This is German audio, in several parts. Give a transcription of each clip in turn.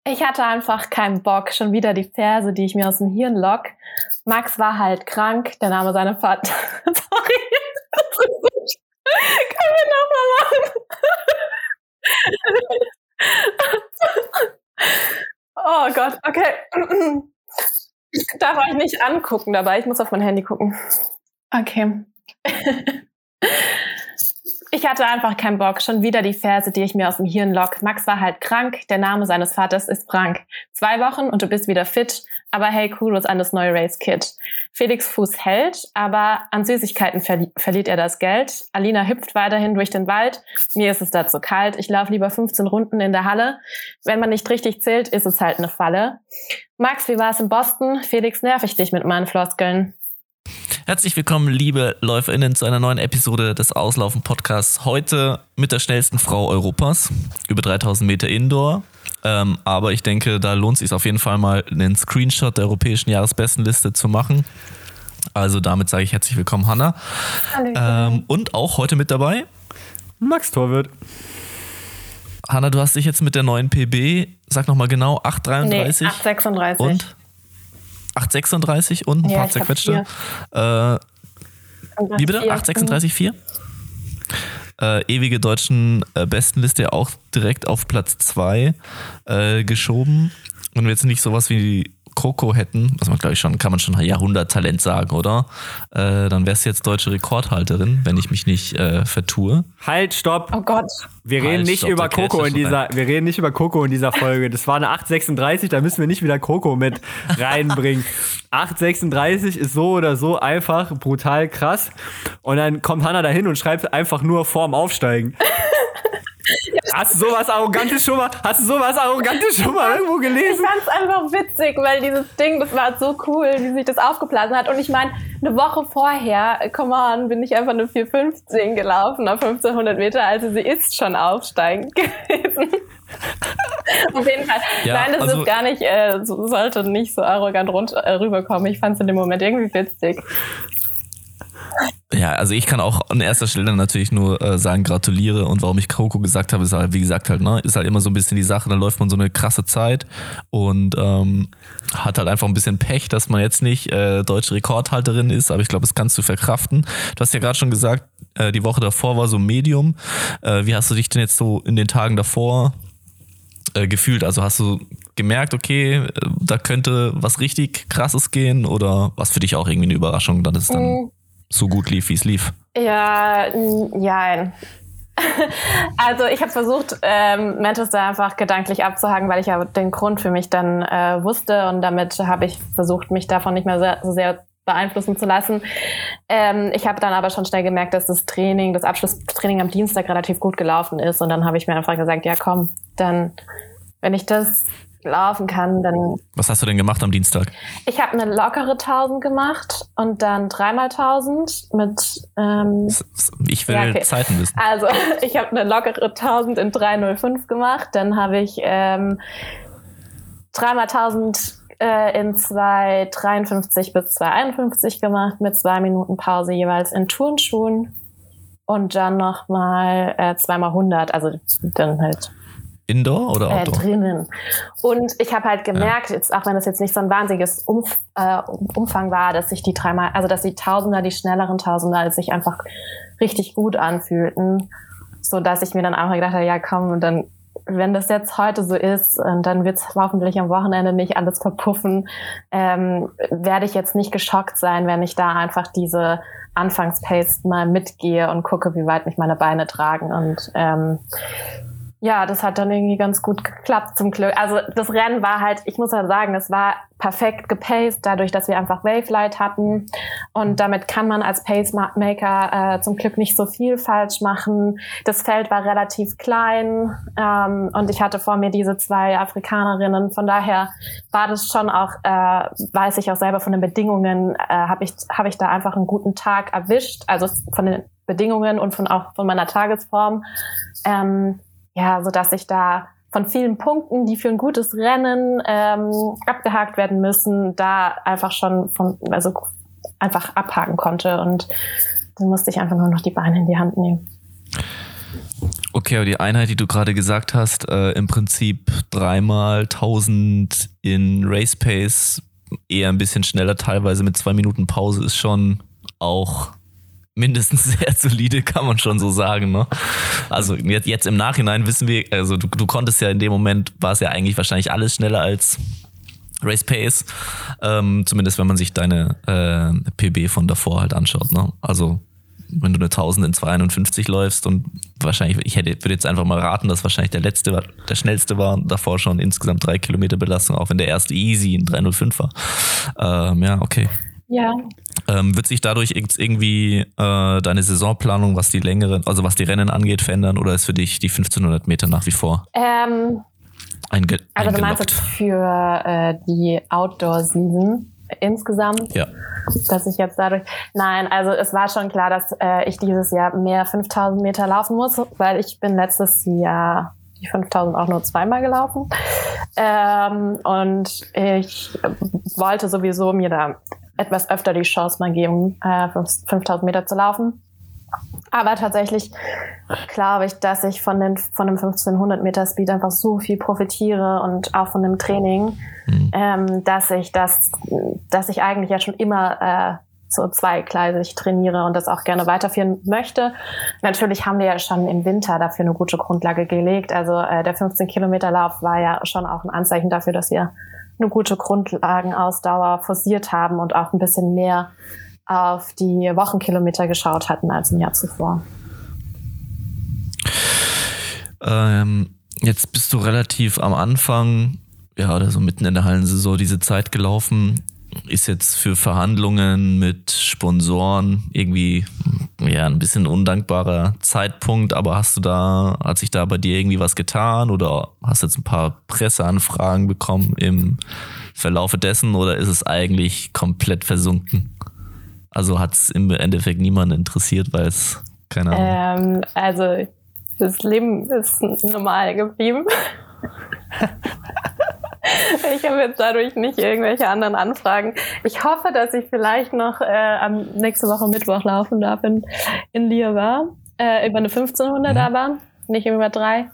Ich hatte einfach keinen Bock. Schon wieder die Verse, die ich mir aus dem Hirn lock. Max war halt krank. Der Name seiner Vater. Sorry. Können wir nochmal machen? Oh Gott, okay. Ich darf euch nicht angucken dabei. Ich muss auf mein Handy gucken. Okay. Ich hatte einfach keinen Bock. Schon wieder die Verse, die ich mir aus dem Hirn lock. Max war halt krank. Der Name seines Vaters ist Frank. 2 Wochen und du bist wieder fit. Aber hey, Kudos an das neue Race-Kit. Felix Fuß hält, aber an Süßigkeiten verliert er das Geld. Alina hüpft weiterhin durch den Wald. Mir ist es da zu kalt. Ich laufe lieber 15 Runden in der Halle. Wenn man nicht richtig zählt, ist es halt eine Falle. Max, wie war es in Boston? Felix, nerv ich dich mit meinen Floskeln. Herzlich willkommen, liebe LäuferInnen, zu einer neuen Episode des Auslaufen-Podcasts. Heute mit der schnellsten Frau Europas, über 3000 Meter Indoor. Aber ich denke, da lohnt es sich auf jeden Fall mal, einen Screenshot der europäischen Jahresbestenliste zu machen. Also damit sage ich herzlich willkommen, Hanna. Hallo. Und auch heute mit dabei Max Torwirt. Hanna, du hast dich jetzt mit der neuen PB, sag nochmal genau, 8,33? Nee, 8,36. Und 8,36 und ein paar zerquetschte. Wie bitte? 8,36,4? Ewige deutschen Bestenliste auch direkt auf Platz 2 geschoben. Wenn wir jetzt nicht sowas wie Coco hätten, was man glaube ich schon, kann man schon Jahrhunderttalent sagen, oder? Dann wär's jetzt deutsche Rekordhalterin, wenn ich mich nicht vertue. Halt, stopp. Oh Gott. Wir reden nicht über Coco in dieser Folge. Das war eine 8,36, da müssen wir nicht wieder Coco mit reinbringen. 8,36 ist so oder so einfach brutal krass. Und dann kommt Hanna dahin und schreibt einfach nur vorm Aufsteigen. Hast du sowas Arrogantes schon mal irgendwo gelesen? Ich fand's einfach witzig, weil dieses Ding, das war so cool, wie sich das aufgeblasen hat. Und ich meine, eine Woche vorher, come on, bin ich einfach eine 4,15 gelaufen auf 1500 Meter, also sie ist schon aufsteigend gewesen. Auf jeden Fall. Ja, nein, das ist gar nicht, sollte nicht so arrogant rüberkommen. Ich fand's in dem Moment irgendwie witzig. Ja, also ich kann auch an erster Stelle natürlich nur sagen, gratuliere, und warum ich Coco gesagt habe, ist halt, wie gesagt, halt, ne, ist halt immer so ein bisschen die Sache, dann läuft man so eine krasse Zeit und hat halt einfach ein bisschen Pech, dass man jetzt nicht deutsche Rekordhalterin ist, aber ich glaube, das kannst du verkraften. Du hast ja gerade schon gesagt, die Woche davor war so Medium. Wie hast du dich denn jetzt so in den Tagen davor gefühlt? Also hast du gemerkt, okay, da könnte was richtig Krasses gehen, oder was für dich auch irgendwie eine Überraschung, dass es dann so gut lief, wie es lief? Ja, nein. Also ich habe versucht, Manchester einfach gedanklich abzuhaken, weil ich ja den Grund für mich dann wusste, und damit habe ich versucht, mich davon nicht mehr so sehr beeinflussen zu lassen. Ich habe dann aber schon schnell gemerkt, dass das Abschlusstraining am Dienstag relativ gut gelaufen ist, und dann habe ich mir einfach gesagt, ja komm, dann, wenn ich das laufen kann, dann... Was hast du denn gemacht am Dienstag? Ich habe eine lockere 1000 gemacht und dann 3x1000 mit... Ich will Zeiten wissen. Also ich habe eine lockere 1000 in 3:05 gemacht, dann habe ich 3x1000 in 2:53 bis 2:51 gemacht, mit 2 Minuten Pause jeweils in Turnschuhen, und dann nochmal 2x100, also dann halt Indoor oder Outdoor? Drinnen. Und ich habe halt gemerkt, jetzt, auch wenn das jetzt nicht so ein wahnsinniges Umfang war, dass sich dass die Tausender, die schnelleren Tausender, sich einfach richtig gut anfühlten, so dass ich mir dann einfach gedacht habe, ja komm, und dann, wenn das jetzt heute so ist, und dann wird es hoffentlich am Wochenende nicht alles verpuffen, werde ich jetzt nicht geschockt sein, wenn ich da einfach diese Anfangspace mal mitgehe und gucke, wie weit mich meine Beine tragen. Und ja, das hat dann irgendwie ganz gut geklappt, zum Glück. Also das Rennen war halt, ich muss ja sagen, es war perfekt gepaced, dadurch, dass wir einfach Wavelight hatten. Und damit kann man als Pacemaker zum Glück nicht so viel falsch machen. Das Feld war relativ klein, und ich hatte vor mir diese 2 Afrikanerinnen. Von daher war das schon auch, weiß ich auch selber von den Bedingungen, habe ich da einfach einen guten Tag erwischt. Also von den Bedingungen und auch von meiner Tagesform. Ja, so dass ich da von vielen Punkten, die für ein gutes Rennen abgehakt werden müssen, da einfach schon einfach abhaken konnte, und dann musste ich einfach nur noch die Beine in die Hand nehmen. Okay, aber die Einheit, die du gerade gesagt hast, im Prinzip 3x1000 in Race Pace, eher ein bisschen schneller, teilweise mit 2 Minuten Pause, ist schon auch mindestens sehr solide, kann man schon so sagen, ne? Also jetzt im Nachhinein wissen wir, also du konntest ja in dem Moment, war es ja eigentlich wahrscheinlich alles schneller als Race Pace, zumindest wenn man sich deine PB von davor halt anschaut, ne? Also wenn du eine 1000 in 251 läufst und wahrscheinlich, würde jetzt einfach mal raten, dass wahrscheinlich der schnellste war und davor schon insgesamt 3 Kilometer Belastung, auch wenn der erste easy in 305 war. Ja, okay. Ja. Wird sich dadurch irgendwie deine Saisonplanung, was die Rennen angeht, verändern oder ist für dich die 1500 Meter nach wie vor also du meinst jetzt für die Outdoor-Season insgesamt? Ja. Dass ich jetzt dadurch... Nein, also es war schon klar, dass ich dieses Jahr mehr 5000 Meter laufen muss, weil ich bin letztes Jahr die 5000 auch nur 2-mal gelaufen. Und ich wollte sowieso mir da etwas öfter die Chance mal geben, 5000 Meter zu laufen. Aber tatsächlich glaube ich, dass ich von dem 1500 Meter Speed einfach so viel profitiere und auch von dem Training, dass ich eigentlich ja schon immer so zweigleisig trainiere und das auch gerne weiterführen möchte. Natürlich haben wir ja schon im Winter dafür eine gute Grundlage gelegt. Also der 15-Kilometer-Lauf war ja schon auch ein Anzeichen dafür, dass wir eine gute Grundlagenausdauer forciert haben und auch ein bisschen mehr auf die Wochenkilometer geschaut hatten als im Jahr zuvor. Jetzt bist du relativ am Anfang, ja, oder so mitten in der Hallensaison diese Zeit gelaufen. Ist jetzt für Verhandlungen mit Sponsoren irgendwie ja ein bisschen undankbarer Zeitpunkt, aber hat sich da bei dir irgendwie was getan oder hast du jetzt ein paar Presseanfragen bekommen im Verlaufe dessen oder ist es eigentlich komplett versunken? Also hat es im Endeffekt niemanden interessiert, weil es, keine Ahnung. Also das Leben ist normal geblieben. Ich habe jetzt dadurch nicht irgendwelche anderen Anfragen. Ich hoffe, dass ich vielleicht noch nächste Woche Mittwoch laufen darf in Liévin, über eine 1500 aber, nicht über 3.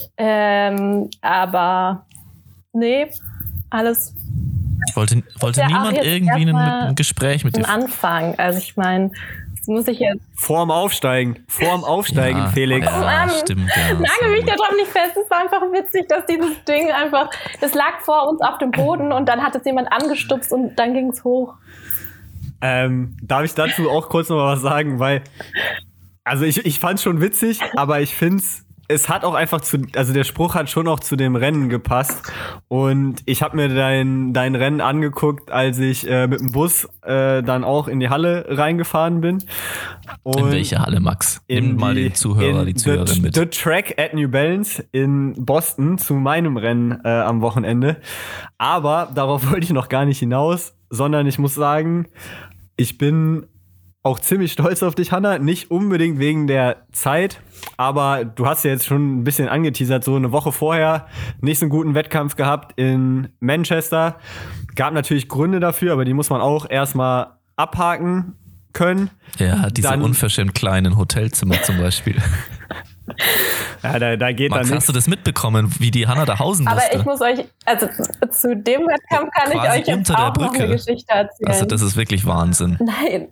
Aber nee, alles. Wollte niemand irgendwie ein Gespräch mit dir? Ein Anfang, also ich meine, das muss ich jetzt... Vorm Aufsteigen, ja, Felix. Ja, stimmt. Ja, nagel mich da drauf nicht fest. Es war einfach witzig, dass dieses Ding einfach, das lag vor uns auf dem Boden und dann hat es jemand angestupst und dann ging es hoch. Darf ich dazu auch kurz noch mal was sagen, weil, also ich fand's schon witzig, aber ich find's, es hat auch einfach also der Spruch hat schon auch zu dem Rennen gepasst und ich habe mir dein Rennen angeguckt, als ich mit dem Bus dann auch in die Halle reingefahren bin. Und in welche Halle, Max? Nimm mal den Zuhörer, die Zuhörerin mit. The Track at New Balance in Boston zu meinem Rennen am Wochenende. Aber darauf wollte ich noch gar nicht hinaus, sondern ich muss sagen, ich bin auch ziemlich stolz auf dich, Hanna. Nicht unbedingt wegen der Zeit, aber du hast ja jetzt schon ein bisschen angeteasert, so eine Woche vorher nicht so einen guten Wettkampf gehabt in Manchester. Gab natürlich Gründe dafür, aber die muss man auch erstmal abhaken können. Ja, diese unverschämt kleinen Hotelzimmer zum Beispiel. Ja, da geht Max, dann hast du das mitbekommen, wie die Hanna da hausen musste? Aber ich muss euch, also zu dem Wettkampf kann ich euch jetzt auch noch eine Geschichte erzählen. Also das ist wirklich Wahnsinn. Nein.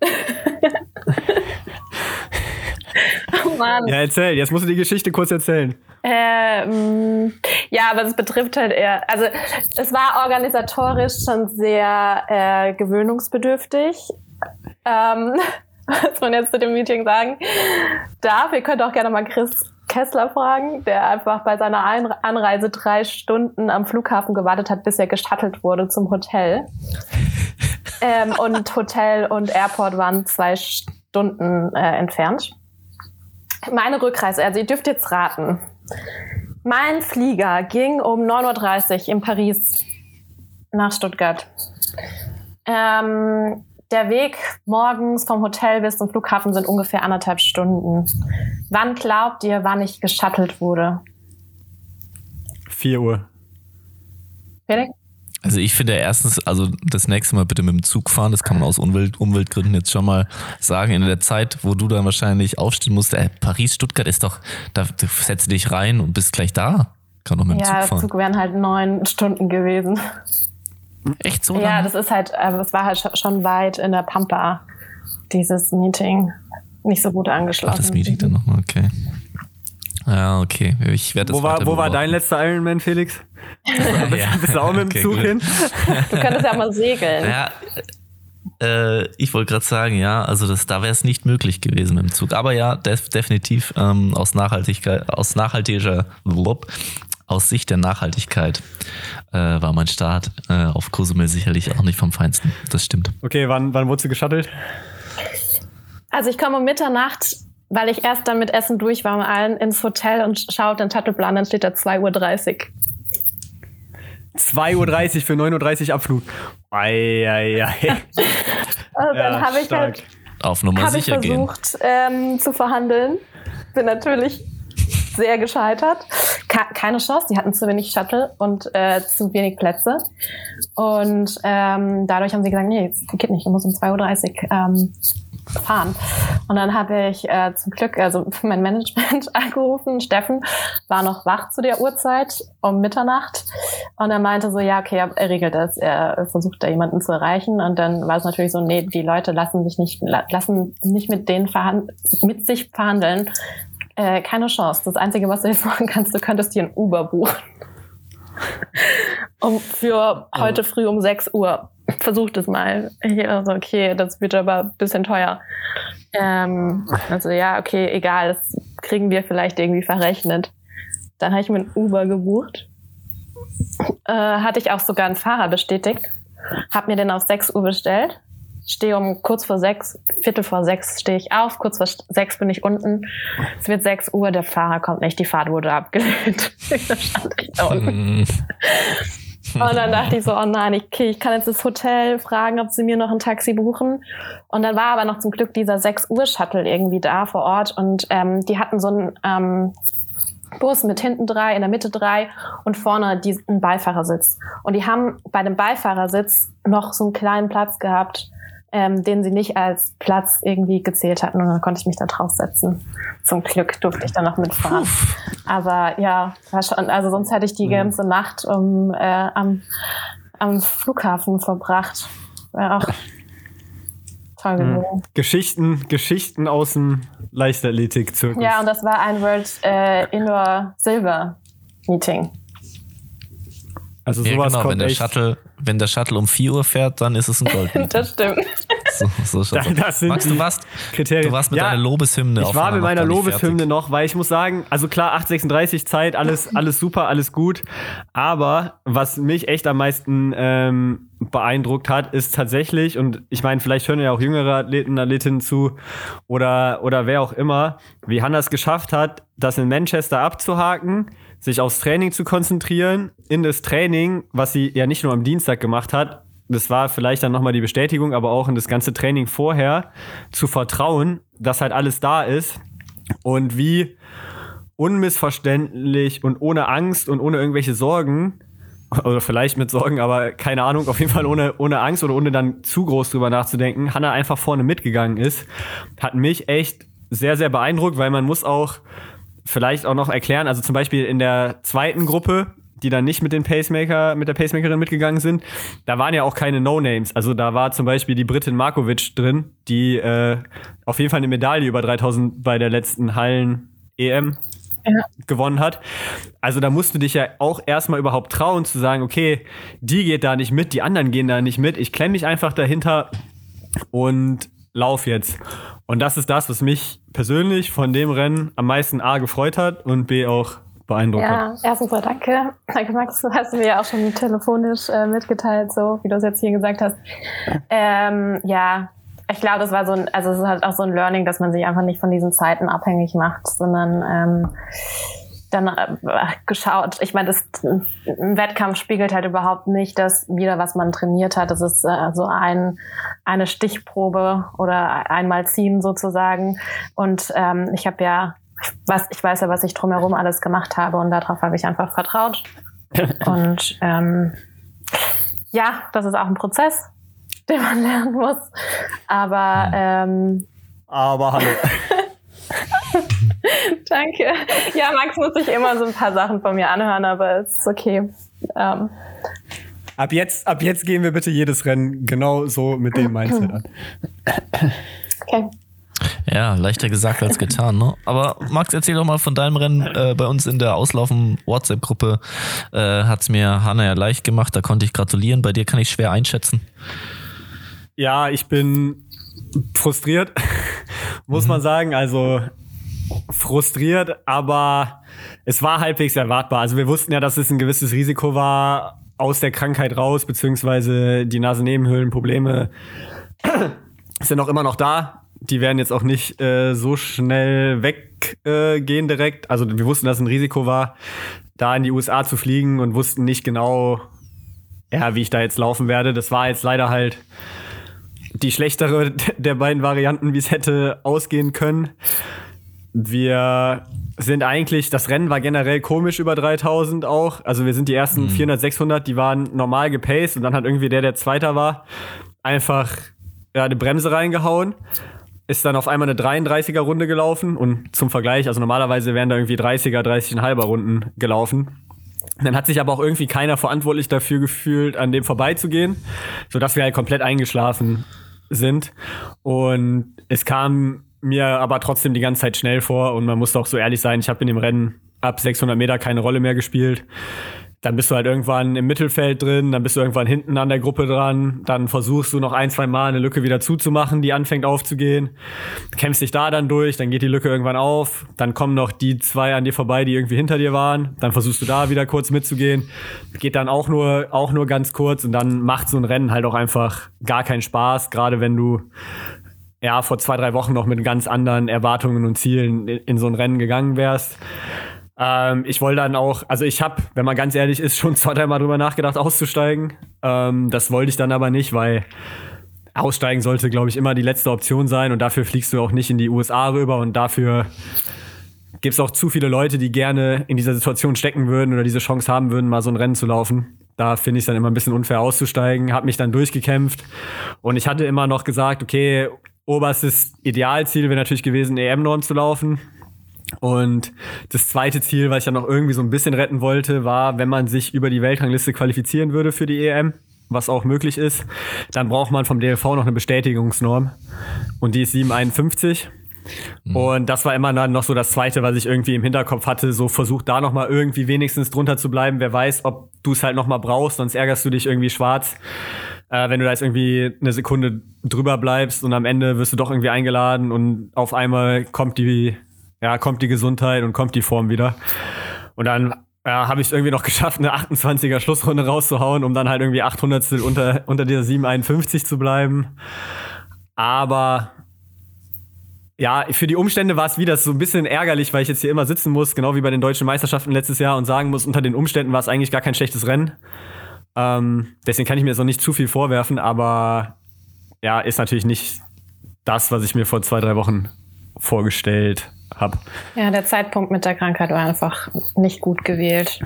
Oh Mann. Ja, erzähl. Jetzt musst du die Geschichte kurz erzählen. Ja, aber es betrifft halt eher, also es war organisatorisch schon sehr gewöhnungsbedürftig. Was man jetzt zu dem Meeting sagen darf. Ihr könnt auch gerne mal Chris Kessler fragen, der einfach bei seiner Anreise 3 Stunden am Flughafen gewartet hat, bis er geshuttelt wurde zum Hotel. Und Hotel und Airport waren 2 Stunden entfernt. Meine Rückreise, also ihr dürft jetzt raten. Mein Flieger ging um 9.30 Uhr in Paris nach Stuttgart. Der Weg morgens vom Hotel bis zum Flughafen sind ungefähr 1,5 Stunden. Wann glaubt ihr, wann ich geshuttelt wurde? 4 Uhr. Felix? Also ich finde erstens, also das nächste Mal bitte mit dem Zug fahren, das kann man aus Umweltgründen jetzt schon mal sagen. In der Zeit, wo du dann wahrscheinlich aufstehen musst, Paris, Stuttgart ist doch, da setzt dich rein und bist gleich da. Kann doch mit dem Zug fahren. Ja, der Zug wären halt 9 Stunden gewesen. Echt so lange? Ja, das ist halt, es war halt schon weit in der Pampa, dieses Meeting. Nicht so gut angeschlossen. Ach, das Meeting dann nochmal, okay. Ja, okay. Ich werde das Wo war dein letzter Ironman, Felix? Bist du auch mit dem Zug hin? Du könntest ja mal segeln. Ja, ich wollte gerade sagen, ja, also da wäre es nicht möglich gewesen mit dem Zug. Aber ja, definitiv aus Sicht der Nachhaltigkeit war mein Start auf Cozumel sicherlich auch nicht vom Feinsten. Das stimmt. Okay, wann wurdest du geschuttelt? Also ich komme um Mitternacht, weil ich erst dann mit Essen durch war, mit allen ins Hotel und schaue den Shuttleplan, dann steht da 2:30 Uhr. 2:30 Uhr für 9:30 Uhr Abflug. Ei. Also dann habe ich halt auf Nummer sicher versucht zu verhandeln. Bin natürlich sehr gescheitert. Keine Chance, die hatten zu wenig Shuttle und zu wenig Plätze. Und dadurch haben sie gesagt, nee, das geht nicht, du musst um 2:30 Uhr fahren. Und dann habe ich zum Glück mein Management angerufen. Steffen war noch wach zu der Uhrzeit um Mitternacht. Und er meinte so, ja, okay, er regelt das. Er versucht da jemanden zu erreichen. Und dann war es natürlich so, nee, die Leute lassen nicht mit denen mit sich verhandeln. Keine Chance. Das Einzige, was du jetzt machen kannst, du könntest dir ein Uber buchen. Für heute früh um 6 Uhr. Versucht es mal. Also okay, das wird aber ein bisschen teuer. Also ja, okay, egal, das kriegen wir vielleicht irgendwie verrechnet. Dann habe ich mir ein Uber gebucht. Hatte ich auch sogar einen Fahrer bestätigt. Habe mir den auf 6 Uhr bestellt. Stehe um kurz vor 6, Viertel vor 6 stehe ich auf, kurz vor 6 bin ich unten. Es wird 6 Uhr, der Fahrer kommt nicht, die Fahrt wurde abgelehnt. Da stand ich da unten. Und dann dachte ich so, oh nein, okay, ich kann jetzt das Hotel fragen, ob sie mir noch ein Taxi buchen. Und dann war aber noch zum Glück dieser 6 Uhr Shuttle irgendwie da vor Ort und die hatten so einen Bus mit hinten 3, in der Mitte 3 und vorne einen Beifahrersitz. Und die haben bei dem Beifahrersitz noch so einen kleinen Platz gehabt, den sie nicht als Platz irgendwie gezählt hatten. Und dann konnte ich mich da draufsetzen. Zum Glück durfte ich dann noch mitfahren. Aber ja, war schon, also sonst hätte ich die ganze Nacht am Flughafen verbracht. Wäre auch toll gewesen. Geschichten aus dem Leichtathletik-Zirkus. Ja, und das war ein World Indoor Silver Meeting. Also sowas ja, genau, kommt wenn der Shuttle um 4 Uhr fährt, dann ist es ein Gold. Das stimmt. So das sind Max, du warst mit deiner Lobeshymne. Ich war mit meiner Lobeshymne noch, weil ich muss sagen, also klar, 8:36 Zeit, alles super, alles gut. Aber was mich echt am meisten beeindruckt hat, ist tatsächlich, und ich meine, vielleicht hören ja auch jüngere Athleten, Athletinnen zu oder wer auch immer, wie Hannah es geschafft hat, das in Manchester abzuhaken, sich aufs Training zu konzentrieren, in das Training, was sie ja nicht nur am Dienstag gemacht hat, das war vielleicht dann nochmal die Bestätigung, aber auch in das ganze Training vorher zu vertrauen, dass halt alles da ist und wie unmissverständlich und ohne Angst und ohne irgendwelche Sorgen, oder vielleicht mit Sorgen, aber keine Ahnung, auf jeden Fall ohne Angst oder ohne dann zu groß drüber nachzudenken, Hannah einfach vorne mitgegangen ist, hat mich echt sehr, sehr beeindruckt, weil man muss auch vielleicht auch noch erklären, also zum Beispiel in der zweiten Gruppe, die dann nicht mit der Pacemakerin mitgegangen sind, da waren ja auch keine No-Names. Also da war zum Beispiel die Britin Markovic drin, die auf jeden Fall eine Medaille über 3000 bei der letzten Hallen-EM gewonnen hat. Also da musst du dich ja auch erstmal überhaupt trauen zu sagen, okay, die geht da nicht mit, die anderen gehen da nicht mit, ich klemme mich einfach dahinter und lauf jetzt. Und das ist das, was mich persönlich von dem Rennen am meisten A gefreut hat und B auch beeindruckt hat. Ja, erstens mal danke. Danke, Max, du hast mir ja auch schon telefonisch mitgeteilt, so wie du es jetzt hier gesagt hast. Ja, ich glaube, das war es ist halt auch so ein Learning, dass man sich einfach nicht von diesen Zeiten abhängig macht, sondern dann geschaut. Ich meine, ein Wettkampf spiegelt halt überhaupt nicht das wider, was man trainiert hat. Das ist so eine Stichprobe oder einmal ziehen sozusagen. Und ich weiß ja, was ich drumherum alles gemacht habe und darauf habe ich einfach vertraut. Und ja, das ist auch ein Prozess, den man lernen muss. Aber hallo. Danke. Ja, Max muss sich immer so ein paar Sachen von mir anhören, aber es ist okay. Ab jetzt gehen wir bitte jedes Rennen genau so mit dem Mindset an. Okay. Ja, leichter gesagt als getan, ne? Aber Max, erzähl doch mal von deinem Rennen. Bei uns in der Auslaufen-WhatsApp-Gruppe hat's mir Hanna ja leicht gemacht, da konnte ich gratulieren. Bei dir kann ich schwer einschätzen. Ja, ich bin frustriert, muss man sagen. Also frustriert, aber es war halbwegs erwartbar. Also wir wussten ja, dass es ein gewisses Risiko war, aus der Krankheit raus, beziehungsweise die Nasennebenhöhlenprobleme sind auch immer noch da. Die werden jetzt auch nicht so schnell weggehen direkt. Also wir wussten, dass es ein Risiko war, da in die USA zu fliegen und wussten nicht genau, ja, wie ich da jetzt laufen werde. Das war jetzt leider halt die schlechtere der beiden Varianten, wie es hätte ausgehen können. Wir sind eigentlich, das Rennen war generell komisch über 3000 auch. Also wir sind die ersten 400, 600, die waren normal gepaced und dann hat irgendwie der Zweiter war, einfach eine Bremse reingehauen. Ist dann auf einmal eine 33er Runde gelaufen und zum Vergleich, also normalerweise wären da irgendwie 30er, 30,5er Runden gelaufen. Dann hat sich aber auch irgendwie keiner verantwortlich dafür gefühlt, an dem vorbeizugehen, sodass wir halt komplett eingeschlafen sind. Und es kam mir aber trotzdem die ganze Zeit schnell vor und man muss auch so ehrlich sein, ich habe in dem Rennen ab 600 Meter keine Rolle mehr gespielt. Dann bist du halt irgendwann im Mittelfeld drin, dann bist du irgendwann hinten an der Gruppe dran, dann versuchst du noch 1-2 Mal eine Lücke wieder zuzumachen, die anfängt aufzugehen, kämpfst dich da dann durch, dann geht die Lücke irgendwann auf, dann kommen noch die 2 an dir vorbei, die irgendwie hinter dir waren, dann versuchst du da wieder kurz mitzugehen, geht dann auch nur ganz kurz und dann macht so ein Rennen halt auch einfach gar keinen Spaß, gerade wenn du ja vor 2-3 Wochen noch mit ganz anderen Erwartungen und Zielen in so ein Rennen gegangen wärst. Ich wollte dann auch, also ich habe, wenn man ganz ehrlich ist, schon 2-3 Mal drüber nachgedacht, auszusteigen. Das wollte ich dann aber nicht, weil aussteigen sollte, glaube ich, immer die letzte Option sein und dafür fliegst du auch nicht in die USA rüber und dafür gibt es auch zu viele Leute, die gerne in dieser Situation stecken würden oder diese Chance haben würden, mal so ein Rennen zu laufen. Da finde ich es dann immer ein bisschen unfair auszusteigen, habe mich dann durchgekämpft und ich hatte immer noch gesagt, okay, oberstes Idealziel wäre natürlich gewesen, EM-Norm zu laufen. Und das zweite Ziel, was ich dann noch irgendwie so ein bisschen retten wollte, war, wenn man sich über die Weltrangliste qualifizieren würde für die EM, was auch möglich ist, dann braucht man vom DLV noch eine Bestätigungsnorm. Und die ist 7,51. Und das war immer dann noch so das Zweite, was ich irgendwie im Hinterkopf hatte, so versucht da noch mal irgendwie wenigstens drunter zu bleiben. Wer weiß, ob du es halt noch mal brauchst, sonst ärgerst du dich irgendwie schwarz. Wenn du da jetzt irgendwie eine Sekunde drüber bleibst und am Ende wirst du doch irgendwie eingeladen und auf einmal kommt die Gesundheit und kommt die Form wieder. Und dann habe ich es irgendwie noch geschafft, eine 28er Schlussrunde rauszuhauen, um dann halt irgendwie 800stel unter dieser 7,51 zu bleiben. Aber ja, für die Umstände war es wieder so ein bisschen ärgerlich, weil ich jetzt hier immer sitzen muss, genau wie bei den deutschen Meisterschaften letztes Jahr und sagen muss, unter den Umständen war es eigentlich gar kein schlechtes Rennen. Deswegen kann ich mir jetzt noch nicht zu viel vorwerfen, aber ja, ist natürlich nicht das, was ich mir vor 2-3 Wochen vorgestellt habe. Ja, der Zeitpunkt mit der Krankheit war einfach nicht gut gewählt.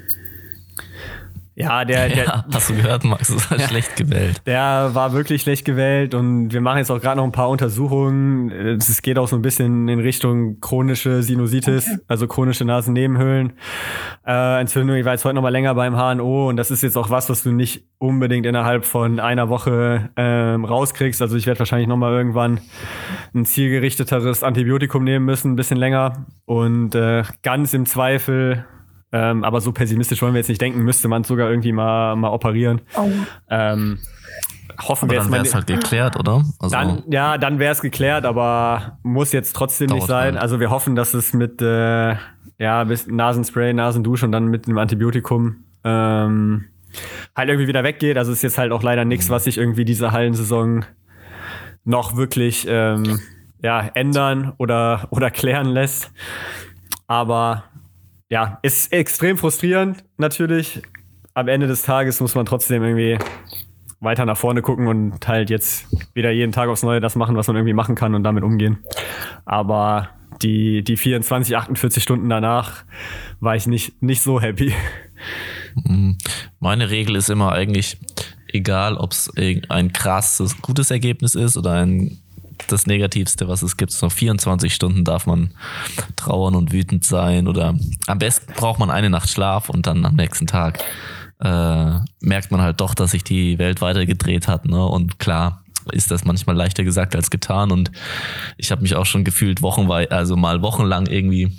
Ja, hast du gehört, Max, das war schlecht gewählt. Der war wirklich schlecht gewählt und wir machen jetzt auch gerade noch ein paar Untersuchungen. Es geht auch so ein bisschen in Richtung chronische Sinusitis, also chronische Nasennebenhöhlenentzündung. Ich war jetzt heute noch mal länger beim HNO und das ist jetzt auch was du nicht unbedingt innerhalb von einer Woche rauskriegst. Also ich werde wahrscheinlich noch mal irgendwann ein zielgerichteteres Antibiotikum nehmen müssen, ein bisschen länger und ganz im Zweifel aber so pessimistisch wollen wir jetzt nicht denken, müsste man sogar irgendwie mal operieren. Oh. Hoffen aber wir dann wäre es halt geklärt, oder? Also dann wäre es geklärt, aber muss jetzt trotzdem nicht sein. Halt. Also wir hoffen, dass es mit bis Nasenspray, Nasendusche und dann mit einem Antibiotikum halt irgendwie wieder weggeht. Also ist jetzt halt auch leider nichts, was sich irgendwie diese Hallensaison noch wirklich ändern oder klären lässt. Aber ja, ist extrem frustrierend natürlich. Am Ende des Tages muss man trotzdem irgendwie weiter nach vorne gucken und halt jetzt wieder jeden Tag aufs Neue das machen, was man irgendwie machen kann und damit umgehen. Aber die 24, 48 Stunden danach war ich nicht so happy. Meine Regel ist immer eigentlich, egal ob es ein krasses, gutes Ergebnis ist oder das Negativste, was es gibt. So 24 Stunden darf man trauern und wütend sein oder am besten braucht man eine Nacht Schlaf und dann am nächsten Tag merkt man halt doch, dass sich die Welt weitergedreht hat, ne? Und klar ist das manchmal leichter gesagt als getan und ich habe mich auch schon gefühlt wochenlang irgendwie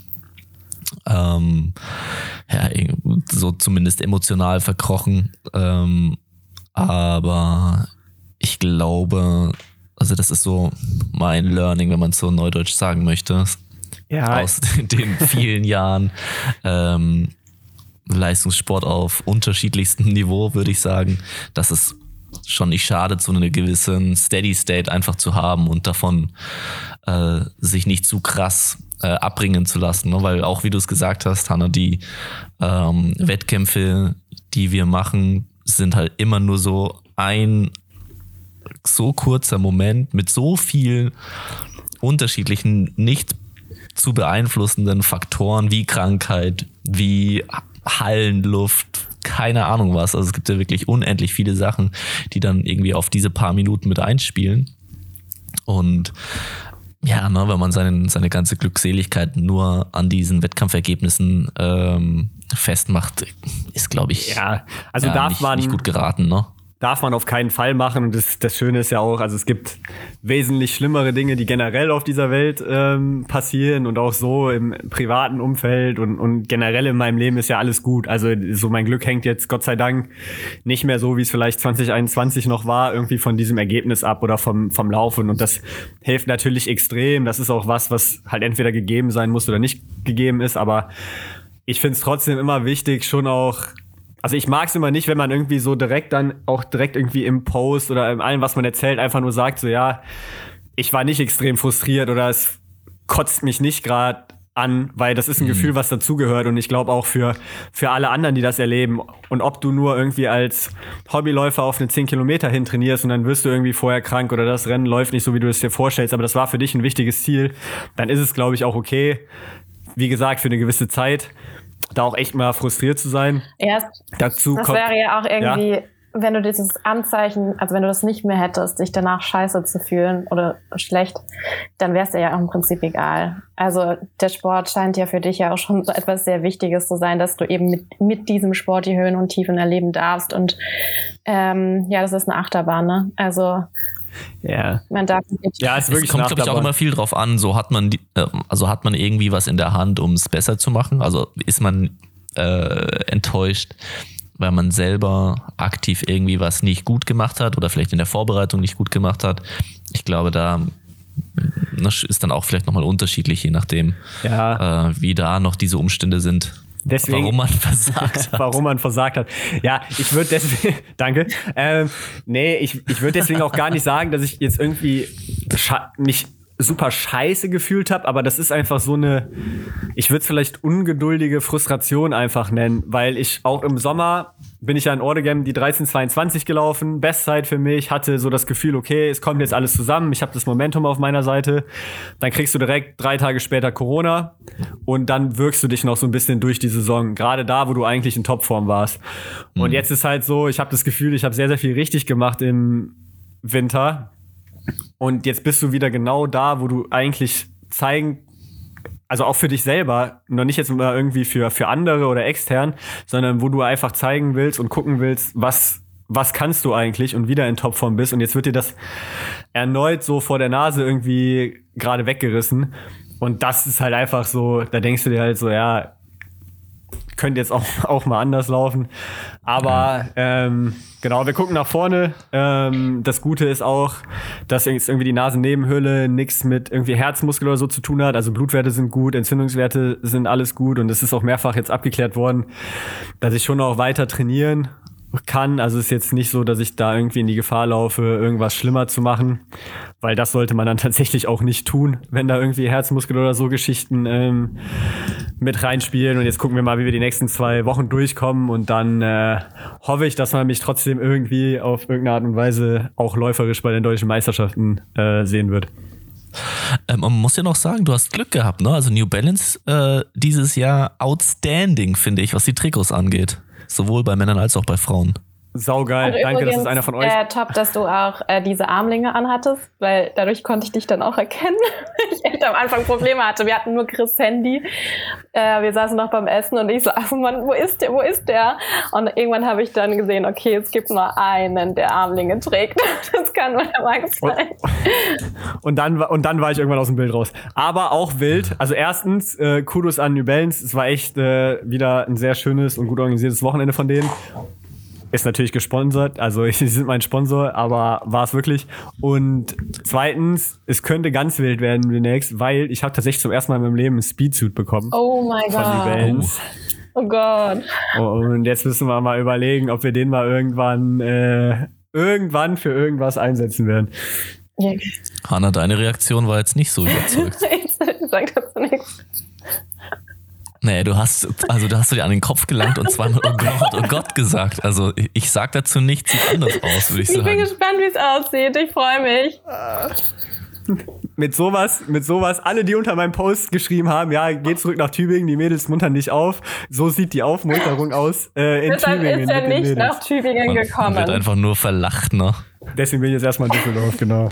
so zumindest emotional verkrochen, aber ich glaube, also das ist so mein Learning, wenn man es so neudeutsch sagen möchte, aus den vielen Jahren Leistungssport auf unterschiedlichstem Niveau, würde ich sagen, dass es schon nicht schadet, so einen gewissen Steady State einfach zu haben und davon sich nicht zu krass abbringen zu lassen, ne? Weil auch, wie du es gesagt hast, Hanna, die Wettkämpfe, die wir machen, sind halt immer nur so ein so kurzer Moment mit so vielen unterschiedlichen, nicht zu beeinflussenden Faktoren wie Krankheit, wie Hallenluft, keine Ahnung was. Also es gibt ja wirklich unendlich viele Sachen, die dann irgendwie auf diese paar Minuten mit einspielen. Und ja, ne, wenn man seine ganze Glückseligkeit nur an diesen Wettkampfergebnissen festmacht, ist, glaube ich, nicht gut geraten, ne? Darf man auf keinen Fall machen. Und das Schöne ist ja auch, also es gibt wesentlich schlimmere Dinge, die generell auf dieser Welt passieren und auch so im privaten Umfeld und generell in meinem Leben ist ja alles gut. Also so mein Glück hängt jetzt Gott sei Dank nicht mehr so, wie es vielleicht 2021 noch war, irgendwie von diesem Ergebnis ab oder vom Laufen. Und das hilft natürlich extrem. Das ist auch was halt entweder gegeben sein muss oder nicht gegeben ist. Aber ich finde es trotzdem immer wichtig, schon auch. Also ich mag es immer nicht, wenn man irgendwie so direkt irgendwie im Post oder in allem, was man erzählt, einfach nur sagt, so ja, ich war nicht extrem frustriert oder es kotzt mich nicht gerade an, weil das ist ein Gefühl, was dazugehört und ich glaube auch für alle anderen, die das erleben und ob du nur irgendwie als Hobbyläufer auf eine 10 Kilometer hin trainierst und dann wirst du irgendwie vorher krank oder das Rennen läuft nicht so, wie du es dir vorstellst, aber das war für dich ein wichtiges Ziel, dann ist es, glaube ich, auch okay, wie gesagt, für eine gewisse Zeit da auch echt mal frustriert zu sein. Ja, das wäre ja auch irgendwie, ja? Wenn du dieses Anzeichen, also wenn du das nicht mehr hättest, dich danach scheiße zu fühlen oder schlecht, dann wäre es dir ja auch im Prinzip egal. Also der Sport scheint ja für dich ja auch schon so etwas sehr Wichtiges zu sein, dass du eben mit diesem Sport die Höhen und Tiefen erleben darfst und das ist eine Achterbahn, ne? Also ja. Man darf nicht. Ja, es kommt, glaube ich, auch immer viel drauf an. So hat man irgendwie was in der Hand, um es besser zu machen. Also ist man enttäuscht, weil man selber aktiv irgendwie was nicht gut gemacht hat oder vielleicht in der Vorbereitung nicht gut gemacht hat. Ich glaube, da ist dann auch vielleicht nochmal unterschiedlich, je nachdem, wie da noch diese Umstände sind. Deswegen, warum man versagt hat. Ja, ich würde deswegen, danke. Ich würde deswegen auch gar nicht sagen, dass ich jetzt irgendwie mich super scheiße gefühlt habe, aber das ist einfach so eine, ich würde es vielleicht ungeduldige Frustration einfach nennen, weil ich auch im Sommer bin ich ja in Ordegem die 13:22 gelaufen, Bestzeit für mich, hatte so das Gefühl, okay, es kommt jetzt alles zusammen, ich habe das Momentum auf meiner Seite, dann kriegst du direkt 3 Tage später Corona und dann wirkst du dich noch so ein bisschen durch die Saison, gerade da, wo du eigentlich in Topform warst. Und jetzt ist halt so, ich habe das Gefühl, ich habe sehr, sehr viel richtig gemacht im Winter. Und jetzt bist du wieder genau da, wo du eigentlich also auch für dich selber, noch nicht jetzt mal irgendwie für andere oder extern, sondern wo du einfach zeigen willst und gucken willst, was kannst du eigentlich und wieder in Topform bist. Und jetzt wird dir das erneut so vor der Nase irgendwie gerade weggerissen. Und das ist halt einfach so, da denkst du dir halt so, ja, könnte jetzt auch mal anders laufen. Aber genau, wir gucken nach vorne. Das Gute ist auch, dass jetzt irgendwie die Nasennebenhöhle nichts mit irgendwie Herzmuskel oder so zu tun hat. Also Blutwerte sind gut, Entzündungswerte sind alles gut. Und es ist auch mehrfach jetzt abgeklärt worden, dass ich schon auch weiter trainieren kann. Also es ist jetzt nicht so, dass ich da irgendwie in die Gefahr laufe, irgendwas schlimmer zu machen, weil das sollte man dann tatsächlich auch nicht tun, wenn da irgendwie Herzmuskel oder so Geschichten mit reinspielen. Und jetzt gucken wir mal, wie wir die nächsten 2 Wochen durchkommen und dann hoffe ich, dass man mich trotzdem irgendwie auf irgendeine Art und Weise auch läuferisch bei den deutschen Meisterschaften sehen wird. Man muss ja noch sagen, du hast Glück gehabt, ne? Also New Balance dieses Jahr outstanding, finde ich, was die Trikots angeht. Sowohl bei Männern als auch bei Frauen. Saugeil. Und Danke, übrigens, das ist einer von euch. Top, dass du auch diese Armlinge anhattest, weil dadurch konnte ich dich dann auch erkennen. Ich echt am Anfang Probleme hatte. Wir hatten nur Chris' Handy. Wir saßen noch beim Essen und ich so, ach Mann, wo ist der? Und irgendwann habe ich dann gesehen, okay, es gibt nur einen, der Armlinge trägt. Das kann nur der Max sein. Und dann war ich irgendwann aus dem Bild raus. Aber auch wild. Also erstens, Kudos an New Balance. Es war echt wieder ein sehr schönes und gut organisiertes Wochenende von denen. Ist natürlich gesponsert, also sie sind mein Sponsor, aber war es wirklich. Und zweitens, es könnte ganz wild werden demnächst, weil ich habe tatsächlich zum ersten Mal in meinem Leben einen Speedsuit bekommen. Oh mein Gott. Von New Balance. Oh Gott. Und jetzt müssen wir mal überlegen, ob wir den mal irgendwann für irgendwas einsetzen werden. Yeah. Hanna, deine Reaktion war jetzt nicht so überzeugt. Ich sag dazu nichts. Nee, du hast dir an den Kopf gelangt und zweimal oh Gott gesagt. Also ich sag dazu nichts, sieht anders aus, würde ich sagen. Ich bin gespannt, wie es aussieht. Ich freue mich. Mit sowas, alle, die unter meinem Post geschrieben haben, ja, geh zurück nach Tübingen, die Mädels muntern dich auf. So sieht die Aufmunterung aus in Deshalb Tübingen. ist er nicht nach Tübingen gekommen. Man wird einfach nur verlacht, ne? Deswegen bin ich jetzt erstmal in Düsseldorf, genau.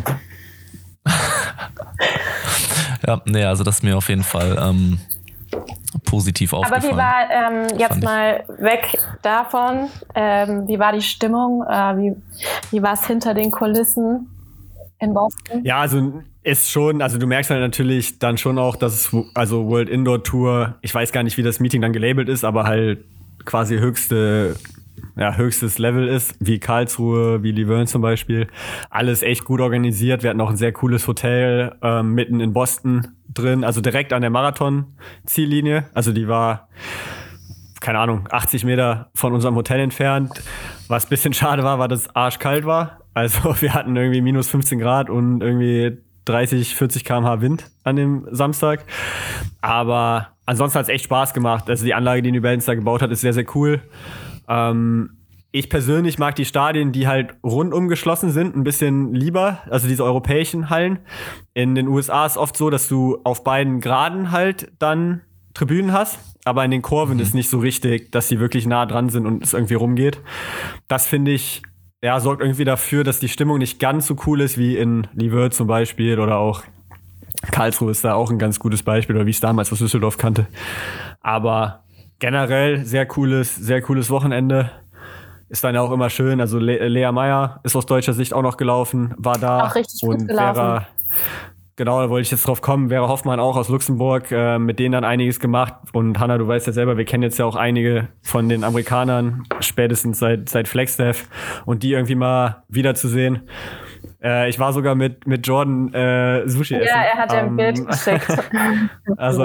Ja, nee, also das ist mir auf jeden Fall positiv aufgefallen. Aber wie war, jetzt mal weg davon, wie war die Stimmung? Wie war es hinter den Kulissen in Boston? Ja, also ist schon, also du merkst halt natürlich dann schon auch, dass es, also World Indoor Tour, ich weiß gar nicht, wie das Meeting dann gelabelt ist, aber halt quasi höchstes Level ist, wie Karlsruhe, wie Luverne zum Beispiel. Alles echt gut organisiert. Wir hatten auch ein sehr cooles Hotel mitten in Boston drin, also direkt an der Marathon-Ziellinie. Also die war, keine Ahnung, 80 Meter von unserem Hotel entfernt. Was ein bisschen schade war, dass es arschkalt war. Also wir hatten irgendwie minus 15 Grad und irgendwie 30, 40 km/h Wind an dem Samstag. Aber ansonsten hat es echt Spaß gemacht. Also die Anlage, die New Balance da gebaut hat, ist sehr, sehr cool. Ich persönlich mag die Stadien, die halt rundum geschlossen sind, ein bisschen lieber. Also diese europäischen Hallen. In den USA ist oft so, dass du auf beiden Graden halt dann Tribünen hast. Aber in den Kurven ist nicht so richtig, dass die wirklich nah dran sind und es irgendwie rumgeht. Das finde ich, ja, sorgt irgendwie dafür, dass die Stimmung nicht ganz so cool ist wie in Luverne zum Beispiel oder auch Karlsruhe ist da auch ein ganz gutes Beispiel oder wie ich es damals aus Düsseldorf kannte. Aber generell sehr cooles Wochenende. Ist dann auch immer schön. Also Lea Meyer ist aus deutscher Sicht auch noch gelaufen, war da. Auch richtig gut gelaufen. Genau, da wollte ich jetzt drauf kommen. Vera Hoffmann auch aus Luxemburg, mit denen dann einiges gemacht. Und Hanna, du weißt ja selber, wir kennen jetzt ja auch einige von den Amerikanern, spätestens seit Flagstaff. Und die irgendwie mal wiederzusehen. Ich war sogar mit Jordan Sushi essen. Ja, er hat ja ein Bild geschickt. Also,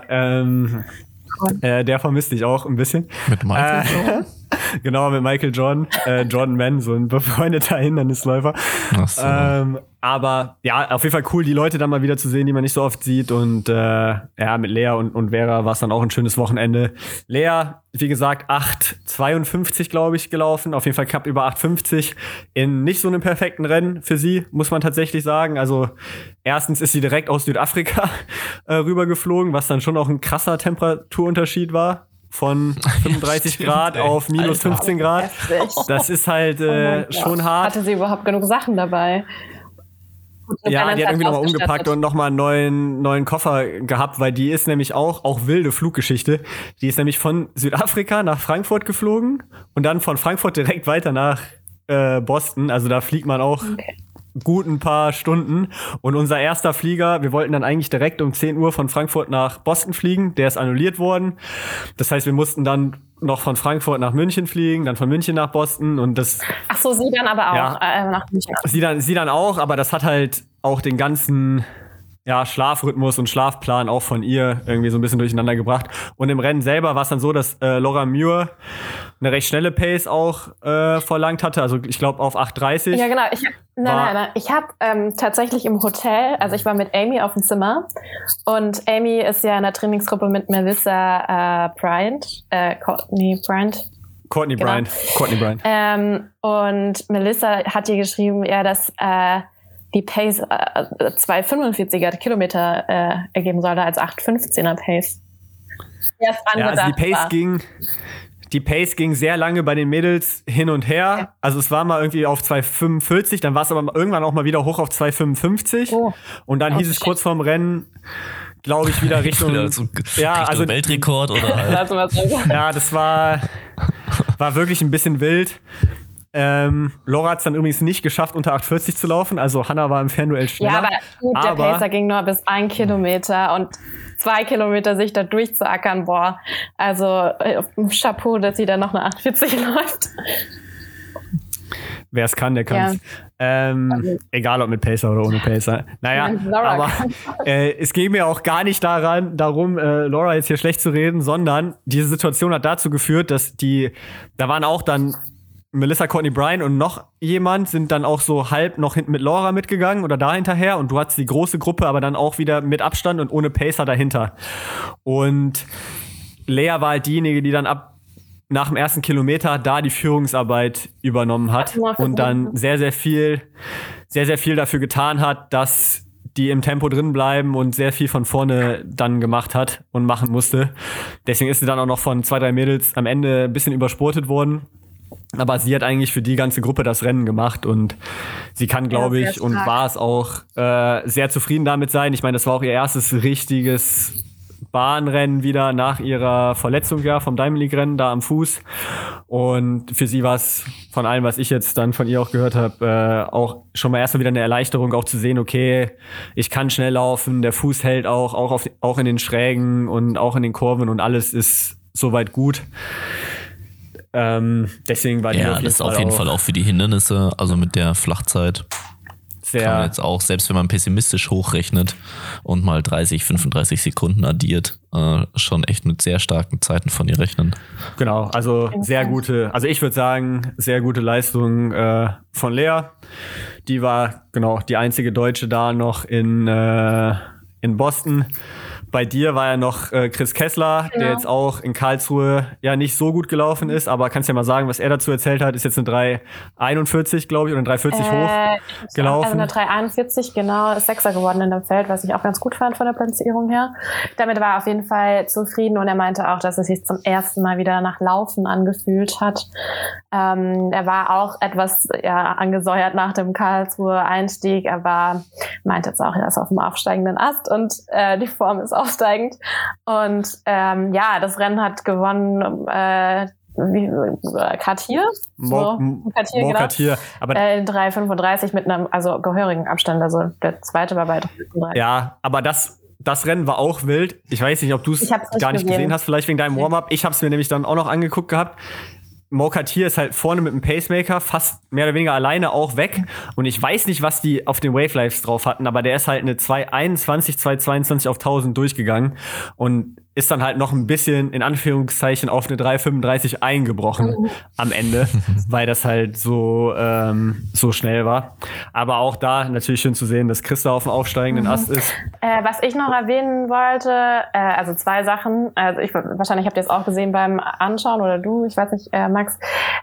der vermisst dich auch ein bisschen. Mit Michael Jordan? Genau, mit Michael Jordan. Jordan Mann, so ein befreundeter Hindernisläufer. Ach so. Aber ja, auf jeden Fall cool, die Leute dann mal wieder zu sehen, die man nicht so oft sieht. Und ja, mit Lea und Vera war es dann auch ein schönes Wochenende. Lea, wie gesagt, 8,52 glaube ich gelaufen. Auf jeden Fall knapp über 8,50. In nicht so einem perfekten Rennen für sie, muss man tatsächlich sagen. Also erstens ist sie direkt aus Südafrika rübergeflogen, was dann schon auch ein krasser Temperaturunterschied war. Von 35 Grad auf minus 15 Grad. Das ist halt schon hart. Hatte sie überhaupt genug Sachen dabei? Ja, die hat irgendwie nochmal umgepackt und nochmal einen neuen Koffer gehabt, weil die ist nämlich auch wilde Fluggeschichte. Die ist nämlich von Südafrika nach Frankfurt geflogen und dann von Frankfurt direkt weiter nach Boston. Also da fliegt man auch gut ein paar Stunden. Und unser erster Flieger, wir wollten dann eigentlich direkt um 10 Uhr von Frankfurt nach Boston fliegen. Der ist annulliert worden. Das heißt, wir mussten dann noch von Frankfurt nach München fliegen, dann von München nach Boston und das. Ach so, sie dann aber auch nach München. Sie dann auch, aber das hat halt auch den ganzen Schlafrhythmus und Schlafplan auch von ihr irgendwie so ein bisschen durcheinander gebracht. Und im Rennen selber war es dann so, dass Laura Muir eine recht schnelle Pace auch verlangt hatte. Also ich glaube auf 8,30. Ja, genau. Ich habe tatsächlich im Hotel, also ich war mit Amy auf dem Zimmer und Amy ist ja in der Trainingsgruppe mit Melissa Courtney Bryant. Und Melissa hat ihr geschrieben, dass die Pace 2,45er Kilometer ergeben sollte als 8,15er Pace. Also die Pace Die Pace ging sehr lange bei den Mädels hin und her. Ja. Also es war mal irgendwie auf 2,45, dann war es aber irgendwann auch mal wieder hoch auf 2,55. Oh. Und dann hieß es kurz vorm Rennen, glaube ich, wieder Richtung, Richtung Weltrekord oder halt. Ja, das war wirklich ein bisschen wild. Laura hat es dann übrigens nicht geschafft, unter 8,40 zu laufen. Also Hannah war im Fernduell schneller. Ja, aber der Pacer ging nur bis 1 Kilometer und 2 Kilometer sich da durchzuackern, boah. Also Chapeau, dass sie dann noch eine 8,40 läuft. Wer es kann, der kann es. Egal ob mit Pacer oder ohne Pacer. Naja, aber es ging mir auch gar nicht darum, Laura jetzt hier schlecht zu reden, sondern diese Situation hat dazu geführt, dass da waren auch dann Melissa Courtney Bryan und noch jemand sind dann auch so halb noch hinten mit Laura mitgegangen oder da hinterher und du hattest die große Gruppe, aber dann auch wieder mit Abstand und ohne Pacer dahinter. Und Lea war halt diejenige, die dann nach dem ersten Kilometer da die Führungsarbeit übernommen hat und dann sehr, sehr viel dafür getan hat, dass die im Tempo drin bleiben und sehr viel von vorne dann gemacht hat und machen musste. Deswegen ist sie dann auch noch von 2, 3 Mädels am Ende ein bisschen überspurtet worden. Aber sie hat eigentlich für die ganze Gruppe das Rennen gemacht und sie kann, glaube ich, und war es auch sehr zufrieden damit sein. Ich meine, das war auch ihr erstes richtiges Bahnrennen wieder nach ihrer Verletzung vom Diamond League Rennen da am Fuß. Und für sie war es von allem, was ich jetzt dann von ihr auch gehört habe, auch schon mal erstmal wieder eine Erleichterung, auch zu sehen, okay, ich kann schnell laufen, der Fuß hält auch in den Schrägen und auch in den Kurven und alles ist soweit gut. Deswegen war die auf jeden Fall auch für die Hindernisse, also mit der Flachzeit kann man jetzt auch, selbst wenn man pessimistisch hochrechnet und mal 30, 35 Sekunden addiert, schon echt mit sehr starken Zeiten von ihr rechnen. Genau, also ich würde sagen, sehr gute Leistung von Lea. Die war genau die einzige Deutsche da noch in Boston. Bei dir war ja noch Chris Kessler, der jetzt auch in Karlsruhe ja nicht so gut gelaufen ist, aber kannst ja mal sagen, was er dazu erzählt hat. Ist jetzt eine 3,41, glaube ich, oder eine 3,40 hoch gelaufen. Also eine 3,41, genau, ist Sechster geworden in dem Feld, was ich auch ganz gut fand von der Platzierung her. Damit war er auf jeden Fall zufrieden und er meinte auch, dass es sich zum ersten Mal wieder nach Laufen angefühlt hat. Er war auch etwas angesäuert nach dem Karlsruhe Einstieg, aber meinte jetzt auch, er ist auf dem aufsteigenden Ast und die Form ist aufsteigend. Und das Rennen hat gewonnen Katir. Katir. Aber 3,35 mit einem gehörigen Abstand. Also der zweite war bei 3,35. Ja, aber das Rennen war auch wild. Ich weiß nicht, ob du es gar nicht gesehen hast, vielleicht wegen deinem Warm-up. Ich habe es mir nämlich dann auch noch angeguckt gehabt. Mo Katir ist halt vorne mit dem Pacemaker fast mehr oder weniger alleine auch weg. Und ich weiß nicht, was die auf den Wave Lives drauf hatten, aber der ist halt eine 2,21, 2,22 auf 1000 durchgegegangen und ist dann halt noch ein bisschen, in Anführungszeichen, auf eine 3,35 eingebrochen am Ende, weil das halt so schnell war. Aber auch da natürlich schön zu sehen, dass Christa auf dem aufsteigenden Ast ist. Was ich noch erwähnen wollte, also 2 Sachen. Also wahrscheinlich habt ihr es auch gesehen beim Anschauen oder du, ich weiß nicht, Max.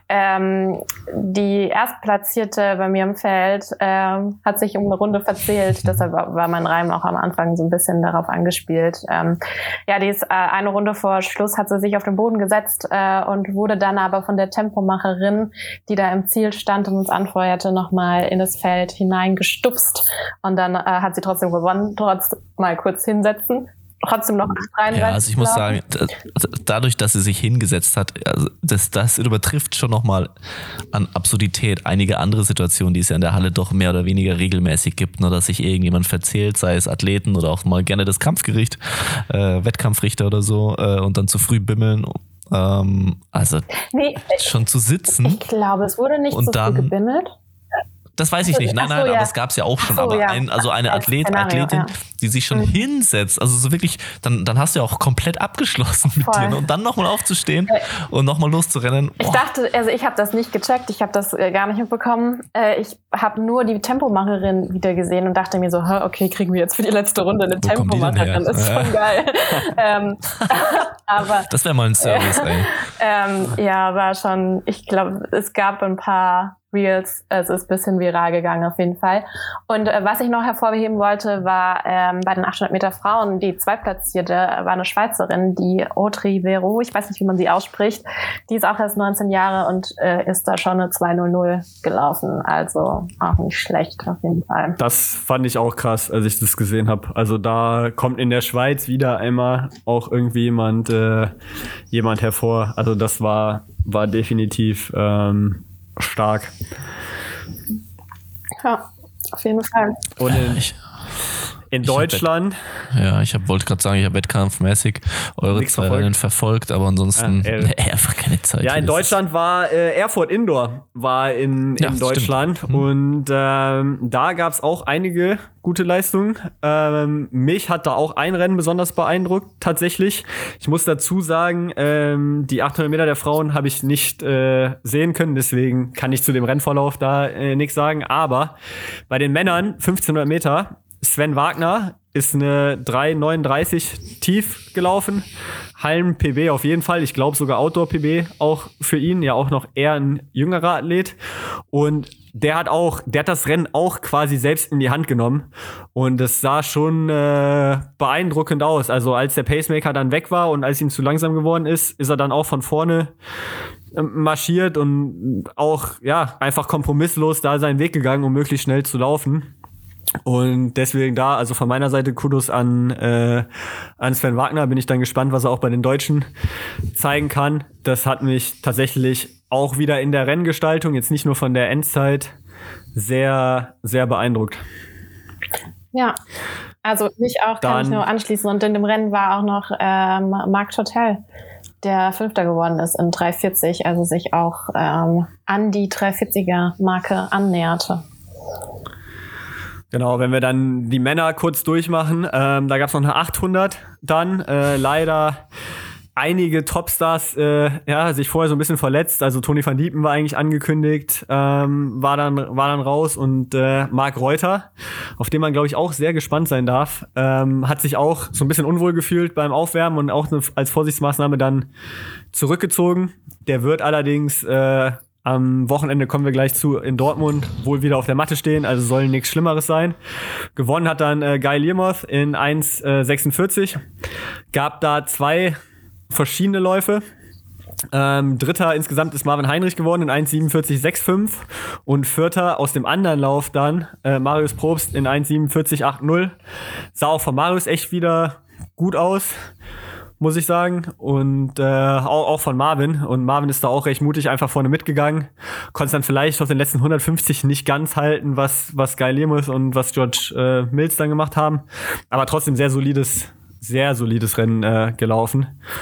Die Erstplatzierte bei mir im Feld hat sich um eine Runde verzählt. Deshalb war mein Reim auch am Anfang so ein bisschen darauf angespielt. Die ist eine Runde vor Schluss hat sie sich auf den Boden gesetzt und wurde dann aber von der Tempomacherin, die da im Ziel stand und uns anfeuerte, nochmal in das Feld hineingestupst. Und dann hat sie trotzdem gewonnen, trotz mal kurz hinsetzen. Trotzdem noch 8,33. Ja, also ich muss sagen, dadurch, dass sie sich hingesetzt hat, also das übertrifft schon nochmal an Absurdität einige andere Situationen, die es ja in der Halle doch mehr oder weniger regelmäßig gibt, ne, dass sich irgendjemand verzählt, sei es Athleten oder auch mal gerne das Kampfgericht, Wettkampfrichter oder so, und dann zu früh bimmeln. Schon zu sitzen. Ich glaube, es wurde nicht zu früh gebimmelt. Das weiß ich nicht. Nein, aber das gab's ja auch schon. Aber eine Athletin, die sich schon hinsetzt, also so wirklich, dann hast du ja auch komplett abgeschlossen mit dir. Ne? Und dann nochmal aufzustehen und nochmal loszurennen. Ich dachte, also ich habe das nicht gecheckt, ich habe das gar nicht mitbekommen. Ich habe nur die Tempomacherin wieder gesehen und dachte mir so, okay, kriegen wir jetzt für die letzte Runde eine Tempomacherin. Das ist schon geil. Aber das wäre mal ein Service, ey. War schon, ich glaube, es gab ein paar Reels. Es ist ein bisschen viral gegangen auf jeden Fall. Und was ich noch hervorheben wollte, war bei den 800 Meter Frauen, die Zweitplatzierte war eine Schweizerin, die Audrey Verreau, ich weiß nicht, wie man sie ausspricht, die ist auch erst 19 Jahre und ist da schon eine 2:00 gelaufen. Also auch nicht schlecht auf jeden Fall. Das fand ich auch krass, als ich das gesehen habe. Also da kommt in der Schweiz wieder einmal auch irgendwie jemand hervor. Also das war definitiv stark. Ja, auf jeden Fall. Und in Deutschland. Ich wollte gerade sagen, ich habe wettkampfmäßig eure zwei Rennen verfolgt, aber ansonsten einfach keine Zeit. Ja, in Deutschland war Erfurt Indoor war in Deutschland und da gab es auch einige gute Leistungen. Mich hat da auch ein Rennen besonders beeindruckt, tatsächlich. Ich muss dazu sagen, die 800 Meter der Frauen habe ich nicht sehen können, deswegen kann ich zu dem Rennverlauf da nichts sagen. Aber bei den Männern 1500 Meter Sven Wagner ist eine 3:39 tief gelaufen. Hallen-PB auf jeden Fall. Ich glaube sogar Outdoor-PB auch für ihn. Ja auch noch eher ein jüngerer Athlet. Und der hat das Rennen auch quasi selbst in die Hand genommen. Und es sah schon beeindruckend aus. Also als der Pacemaker dann weg war und als ihm zu langsam geworden ist, ist er dann auch von vorne marschiert und auch einfach kompromisslos da seinen Weg gegangen, um möglichst schnell zu laufen. Und deswegen da, also von meiner Seite Kudos an Sven Wagner. Bin ich dann gespannt, was er auch bei den Deutschen zeigen kann. Das hat mich tatsächlich auch wieder in der Renngestaltung, jetzt nicht nur von der Endzeit, sehr, sehr beeindruckt. Ja, also mich auch, kann ich nur anschließen. Und in dem Rennen war auch noch Marc Tortel, der Fünfter geworden ist in 3:40, also sich auch an die 3:40er-Marke annäherte. Genau, wenn wir dann die Männer kurz durchmachen, da gab es noch eine 800 dann, leider einige Topstars sich vorher so ein bisschen verletzt, also Toni van Diepen war eigentlich angekündigt, war dann raus und Marc Reuter, auf den man glaube ich auch sehr gespannt sein darf, hat sich auch so ein bisschen unwohl gefühlt beim Aufwärmen und auch als Vorsichtsmaßnahme dann zurückgezogen. Der wird allerdings am Wochenende, kommen wir gleich zu, in Dortmund wohl wieder auf der Matte stehen, also soll nichts Schlimmeres sein. Gewonnen hat dann Guy Learmonth in 1:46. Gab da 2 verschiedene Läufe. Dritter insgesamt ist Marvin Heinrich geworden in 1:47,65 und Vierter aus dem anderen Lauf dann Marius Probst in 1:47,80. Sah auch von Marius echt wieder gut aus, muss ich sagen. Und auch von Marvin. Und Marvin ist da auch recht mutig einfach vorne mitgegangen. Konnte es dann vielleicht auf den letzten 150 nicht ganz halten, was Guy Learmonth und was George Mills dann gemacht haben. Aber trotzdem sehr solides Rennen gelaufen.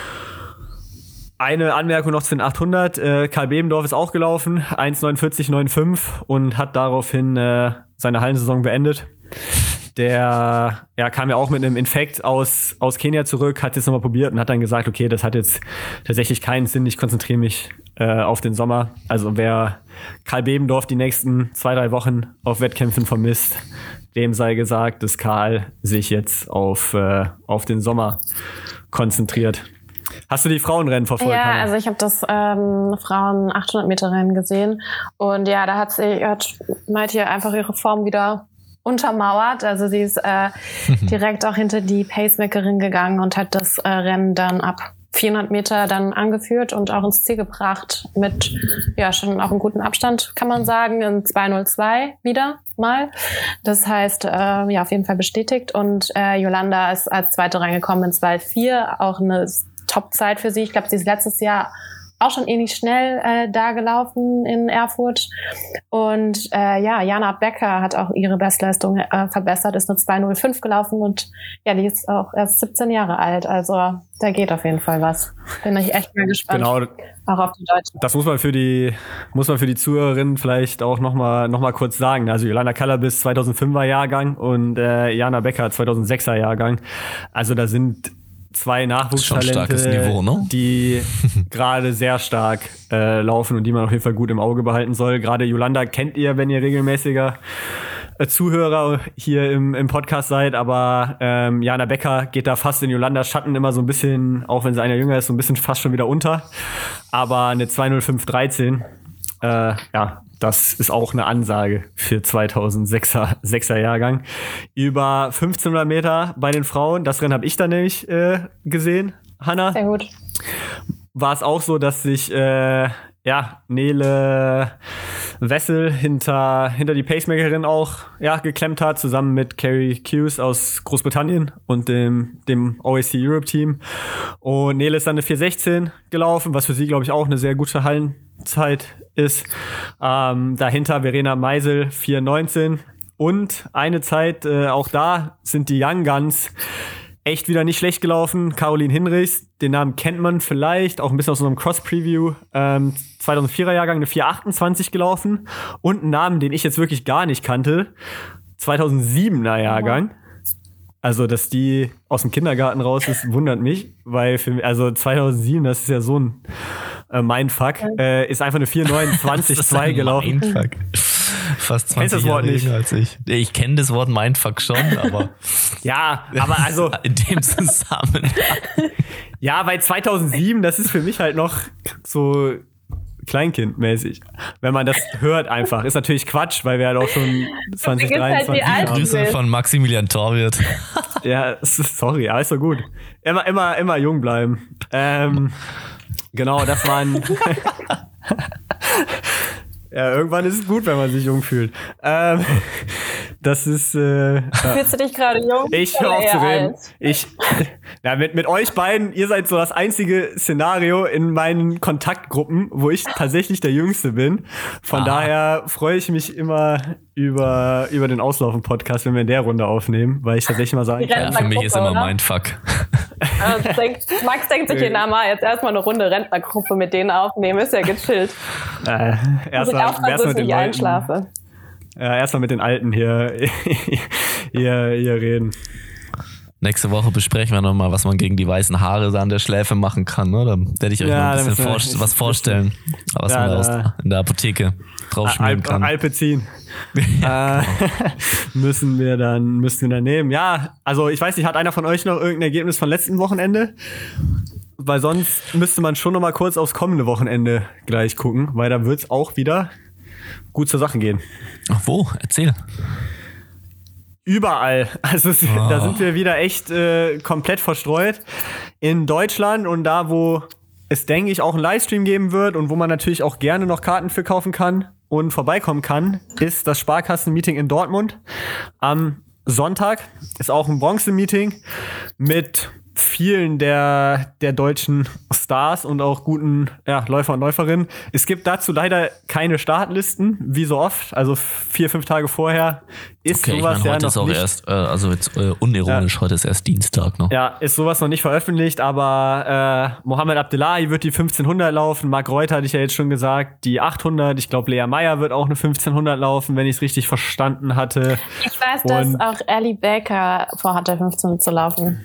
Eine Anmerkung noch zu den 800. Karl Bebendorf ist auch gelaufen. 1:49,95 und hat daraufhin seine Hallensaison beendet. Der kam ja auch mit einem Infekt aus Kenia zurück, hat jetzt nochmal probiert und hat dann gesagt, okay, das hat jetzt tatsächlich keinen Sinn, ich konzentriere mich auf den Sommer. Also wer Karl Bebendorf die nächsten 2-3 Wochen auf Wettkämpfen vermisst, dem sei gesagt, dass Karl sich jetzt auf den Sommer konzentriert. Hast du die Frauenrennen verfolgt? Ja, also ich habe das Frauen 800 Meter Rennen gesehen und ja, da hat Maite einfach ihre Form wieder untermauert. Also sie ist direkt auch hinter die Pacemakerin gegangen und hat das Rennen dann ab 400 Meter dann angeführt und auch ins Ziel gebracht mit schon auch einem guten Abstand, kann man sagen, in 2:02 wieder mal. Das heißt, auf jeden Fall bestätigt und Yolanda ist als Zweite reingekommen in 2:04, auch eine Top-Zeit für sie. Ich glaube, sie ist letztes Jahr auch schon ähnlich schnell da gelaufen in Erfurt. Und Jana Becker hat auch ihre Bestleistung verbessert, ist eine 2:05 gelaufen und die ist auch erst 17 Jahre alt. Also da geht auf jeden Fall was. Bin ich echt mal gespannt. Genau. Auch auf die Deutschen. Das muss man für die Zuhörerinnen vielleicht auch noch mal kurz sagen. Also Yolanda Callabis 2005er Jahrgang und Jana Becker 2006er Jahrgang. Also da sind 2 Nachwuchstalente, Niveau, ne? die gerade sehr stark laufen und die man auf jeden Fall gut im Auge behalten soll. Gerade Yolanda kennt ihr, wenn ihr regelmäßiger Zuhörer hier im Podcast seid, aber Jana Becker geht da fast in Yolandas Schatten immer so ein bisschen, auch wenn sie einer jünger ist, so ein bisschen fast schon wieder unter. Aber eine 2:05,13 das ist auch eine Ansage für 2006er Jahrgang. Über 1500 Meter bei den Frauen, das Rennen habe ich dann nämlich gesehen, Hanna. Sehr gut. War es auch so, dass sich Nele Wessel hinter die Pacemakerin auch geklemmt hat, zusammen mit Carrie Hughes aus Großbritannien und dem OAC Europe Team. Und Nele ist dann eine 4:16 gelaufen, was für sie, glaube ich, auch eine sehr gute Hallenzeit ist. Dahinter Verena Meisel 4:19 und eine Zeit, auch da sind die Young Guns echt wieder nicht schlecht gelaufen. Caroline Hinrichs, den Namen kennt man vielleicht, auch ein bisschen aus unserem Cross-Preview. 2004er Jahrgang eine 4:28 gelaufen. Und einen Namen, den ich jetzt wirklich gar nicht kannte. 2007er Jahrgang. Also, dass die aus dem Kindergarten raus ist, wundert mich. Weil 2007, das ist ja so ein Mindfuck, ist einfach eine 4:29,2 gelaufen. Mindfuck. Fast 20 das Wort Jahre nicht? jünger als ich. Ich kenne das Wort Mindfuck schon, aber Ja, aber also in dem Zusammenhang. ja, weil 2007, das ist für mich halt noch so Kleinkindmäßig. Wenn man das hört einfach. Ist natürlich Quatsch, weil wir halt auch schon 2023 halt haben. Grüße von Maximilian Torwirt. Ja, sorry, aber ist so gut. Immer jung bleiben. Genau, das waren... Ja, irgendwann ist es gut, wenn man sich jung fühlt. Das ist... Fühlst du dich gerade jung? Ich höre auf zu reden. Mit euch beiden, ihr seid so das einzige Szenario in meinen Kontaktgruppen, wo ich tatsächlich der Jüngste bin. Von daher freue ich mich immer über den Auslaufen-Podcast, wenn wir in der Runde aufnehmen, weil ich tatsächlich mal sagen kann. Ja, für mich ist immer Mindfuck. Max denkt sich hier, jetzt erstmal eine Runde Rentnergruppe mit denen aufnehmen, ist ja gechillt. Erstmal mit den einschlafe. Erstmal mit den Alten hier reden. Nächste Woche besprechen wir nochmal, was man gegen die weißen Haare da an der Schläfe machen kann. Ne? Da werde ich euch mal ein bisschen was vorstellen, was man in der Apotheke draufschmieren kann. Alpecin. Müssen wir dann nehmen. Ja, also ich weiß nicht, hat einer von euch noch irgendein Ergebnis von letzten Wochenende? Weil sonst müsste man schon noch mal kurz aufs kommende Wochenende gleich gucken, weil da wird es auch wieder gut zur Sache gehen. Ach, wo? Erzähl. Überall. Also da sind wir wieder echt komplett verstreut. In Deutschland und da, wo es, denke ich, auch einen Livestream geben wird und wo man natürlich auch gerne noch Karten für kaufen kann und vorbeikommen kann, ist das Sparkassen-Meeting in Dortmund. Am Sonntag ist auch ein Bronze-Meeting mit vielen der deutschen Stars und auch guten Läufer und Läuferinnen. Es gibt dazu leider keine Startlisten, wie so oft. Also 4-5 Tage vorher ist sowas heute noch ist auch nicht. Erst, also jetzt unironisch, heute ist erst Dienstag noch. Ja, ist sowas noch nicht veröffentlicht, aber Mohamed Abdullahi wird die 1500 laufen. Marc Reuter hatte ich ja jetzt schon gesagt, die 800. Ich glaube, Lea Meyer wird auch eine 1500 laufen, wenn ich es richtig verstanden hatte. Ich weiß, dass auch Ellie Baker vorhatte, 1500 zu laufen.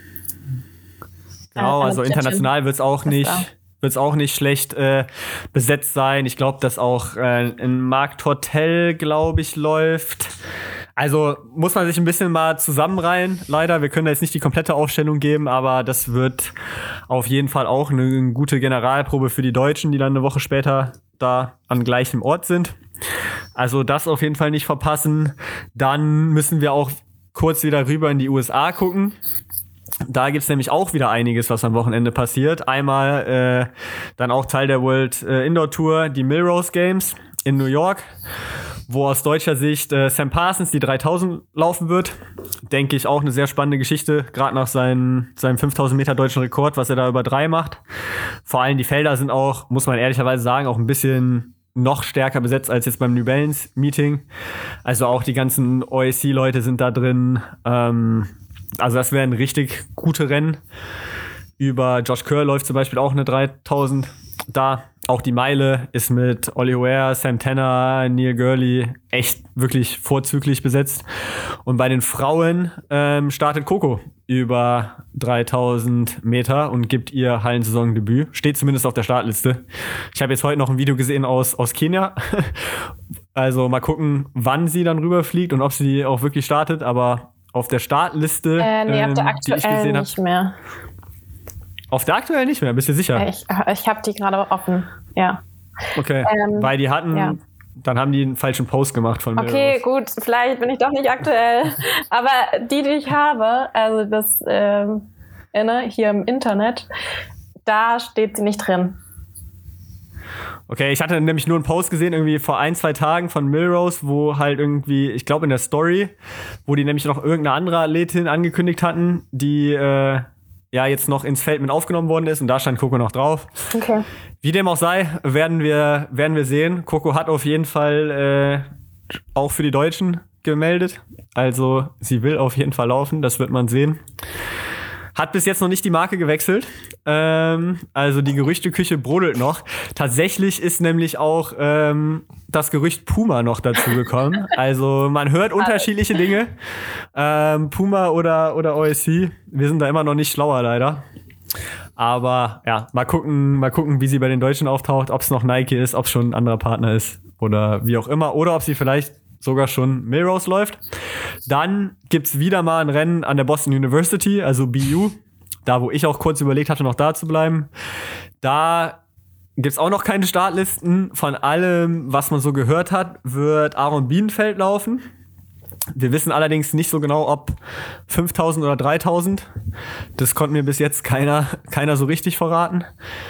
Genau, also international wird es auch nicht schlecht besetzt sein. Ich glaube, dass auch ein Marc Tortel, glaube ich, läuft. Also muss man sich ein bisschen mal zusammenreihen, leider. Wir können da jetzt nicht die komplette Aufstellung geben, aber das wird auf jeden Fall auch eine gute Generalprobe für die Deutschen, die dann eine Woche später da an gleichem Ort sind. Also das auf jeden Fall nicht verpassen. Dann müssen wir auch kurz wieder rüber in die USA gucken. Da gibt's nämlich auch wieder einiges, was am Wochenende passiert. Einmal dann auch Teil der World Indoor Tour, die Millrose Games in New York, wo aus deutscher Sicht Sam Parsons die 3000 laufen wird. Denke ich auch eine sehr spannende Geschichte, gerade nach seinem 5000 Meter deutschen Rekord, was er da über 3 macht. Vor allem die Felder sind auch, muss man ehrlicherweise sagen, auch ein bisschen noch stärker besetzt als jetzt beim New Balance Meeting. Also auch die ganzen OAC-Leute sind da drin. Also das wären richtig gute Rennen. Über Josh Kerr läuft zum Beispiel auch eine 3000 da. Auch die Meile ist mit Ollie Ware, Sam Tanner, Neil Gurley echt wirklich vorzüglich besetzt. Und bei den Frauen startet Coco über 3000 Meter und gibt ihr Hallensaisondebüt. Steht zumindest auf der Startliste. Ich habe jetzt heute noch ein Video gesehen aus Kenia. Also mal gucken, wann sie dann rüberfliegt und ob sie auch wirklich startet. Aber auf der Startliste, nee, auf der die ich gesehen nicht mehr. Auf der aktuell nicht mehr, bist du sicher? Ich habe die gerade offen, ja. Okay, weil die hatten, dann haben die einen falschen Post gemacht von mir. Okay, gut, vielleicht bin ich doch nicht aktuell. Aber die ich habe, also das hier im Internet, da steht sie nicht drin. Okay, ich hatte nämlich nur einen Post gesehen, irgendwie vor 1-2 Tagen von Millrose, wo halt irgendwie, ich glaube in der Story, wo die nämlich noch irgendeine andere Athletin angekündigt hatten, die jetzt noch ins Feld mit aufgenommen worden ist und da stand Coco noch drauf. Okay. Wie dem auch sei, werden wir sehen. Coco hat auf jeden Fall auch für die Deutschen gemeldet. Also sie will auf jeden Fall laufen, das wird man sehen. Hat bis jetzt noch nicht die Marke gewechselt. Also die Gerüchteküche brodelt noch. Tatsächlich ist nämlich auch das Gerücht Puma noch dazu gekommen. Also man hört unterschiedliche Dinge. Puma oder OSC. Wir sind da immer noch nicht schlauer leider. Aber ja, mal gucken, wie sie bei den Deutschen auftaucht. Ob es noch Nike ist, ob es schon ein anderer Partner ist oder wie auch immer. Oder ob sie vielleicht sogar schon Millrose läuft. Dann gibt's wieder mal ein Rennen an der Boston University, also BU. Da, wo ich auch kurz überlegt hatte, noch da zu bleiben. Da gibt's auch noch keine Startlisten. Von allem, was man so gehört hat, wird Aaron Bienenfeld laufen. Wir wissen allerdings nicht so genau, ob 5.000 oder 3.000. Das konnte mir bis jetzt keiner so richtig verraten.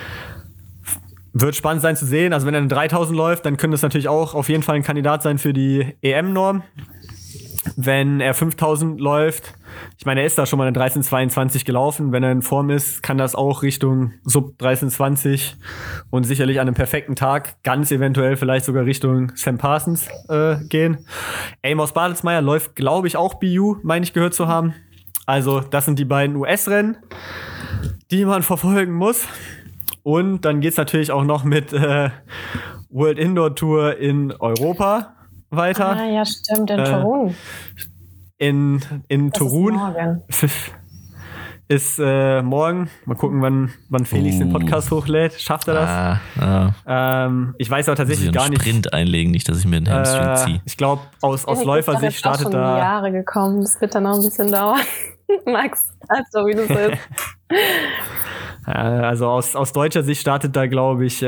Wird spannend sein zu sehen. Also wenn er eine 3.000 läuft, dann könnte es natürlich auch auf jeden Fall ein Kandidat sein für die EM-Norm. Wenn er 5.000 läuft, ich meine, er ist da schon mal eine 13,22 gelaufen. Wenn er in Form ist, kann das auch Richtung Sub 13,20 und sicherlich an einem perfekten Tag ganz eventuell vielleicht sogar Richtung Sam Parsons gehen. Amos Bartelsmeyer läuft, glaube ich, auch BU, meine ich gehört zu haben. Also das sind die beiden US-Rennen, die man verfolgen muss. Und dann geht's natürlich auch noch mit World Indoor Tour in Europa weiter. Ah, ja, stimmt, in Torun. In Torun. Ist morgen. Mal gucken, wann Felix den Podcast hochlädt. Schafft er das? Ich weiß aber tatsächlich gar nicht. Sprint einlegen, nicht, dass ich mir einen Hamstring ziehe. Ich glaube, aus Läufersicht startet schon da. Jahre gekommen. Das wird dann noch ein bisschen dauern. Max, also wie du es ist. Also aus deutscher Sicht startet da, glaube ich,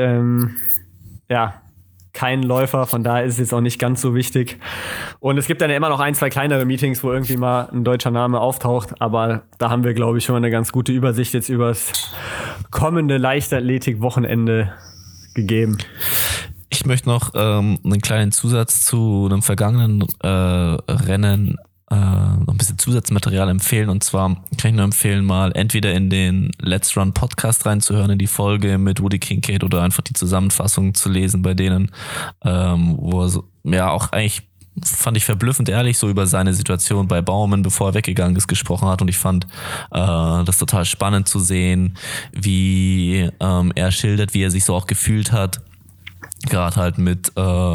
kein Läufer, von daher ist es jetzt auch nicht ganz so wichtig. Und es gibt dann ja immer noch 1-2 kleinere Meetings, wo irgendwie mal ein deutscher Name auftaucht, aber da haben wir, glaube ich, schon mal eine ganz gute Übersicht jetzt übers kommende Leichtathletik-Wochenende gegeben. Ich möchte noch einen kleinen Zusatz zu einem vergangenen Rennen, noch ein bisschen Zusatzmaterial empfehlen, und zwar kann ich nur empfehlen, mal entweder in den Let's Run Podcast reinzuhören, in die Folge mit Woody Kincaid, oder einfach die Zusammenfassung zu lesen bei denen, wo er so, ja auch eigentlich, fand ich verblüffend ehrlich, so über seine Situation bei Baumann, bevor er weggegangen ist, gesprochen hat, und ich fand das total spannend zu sehen, wie er schildert, wie er sich so auch gefühlt hat, gerade halt mit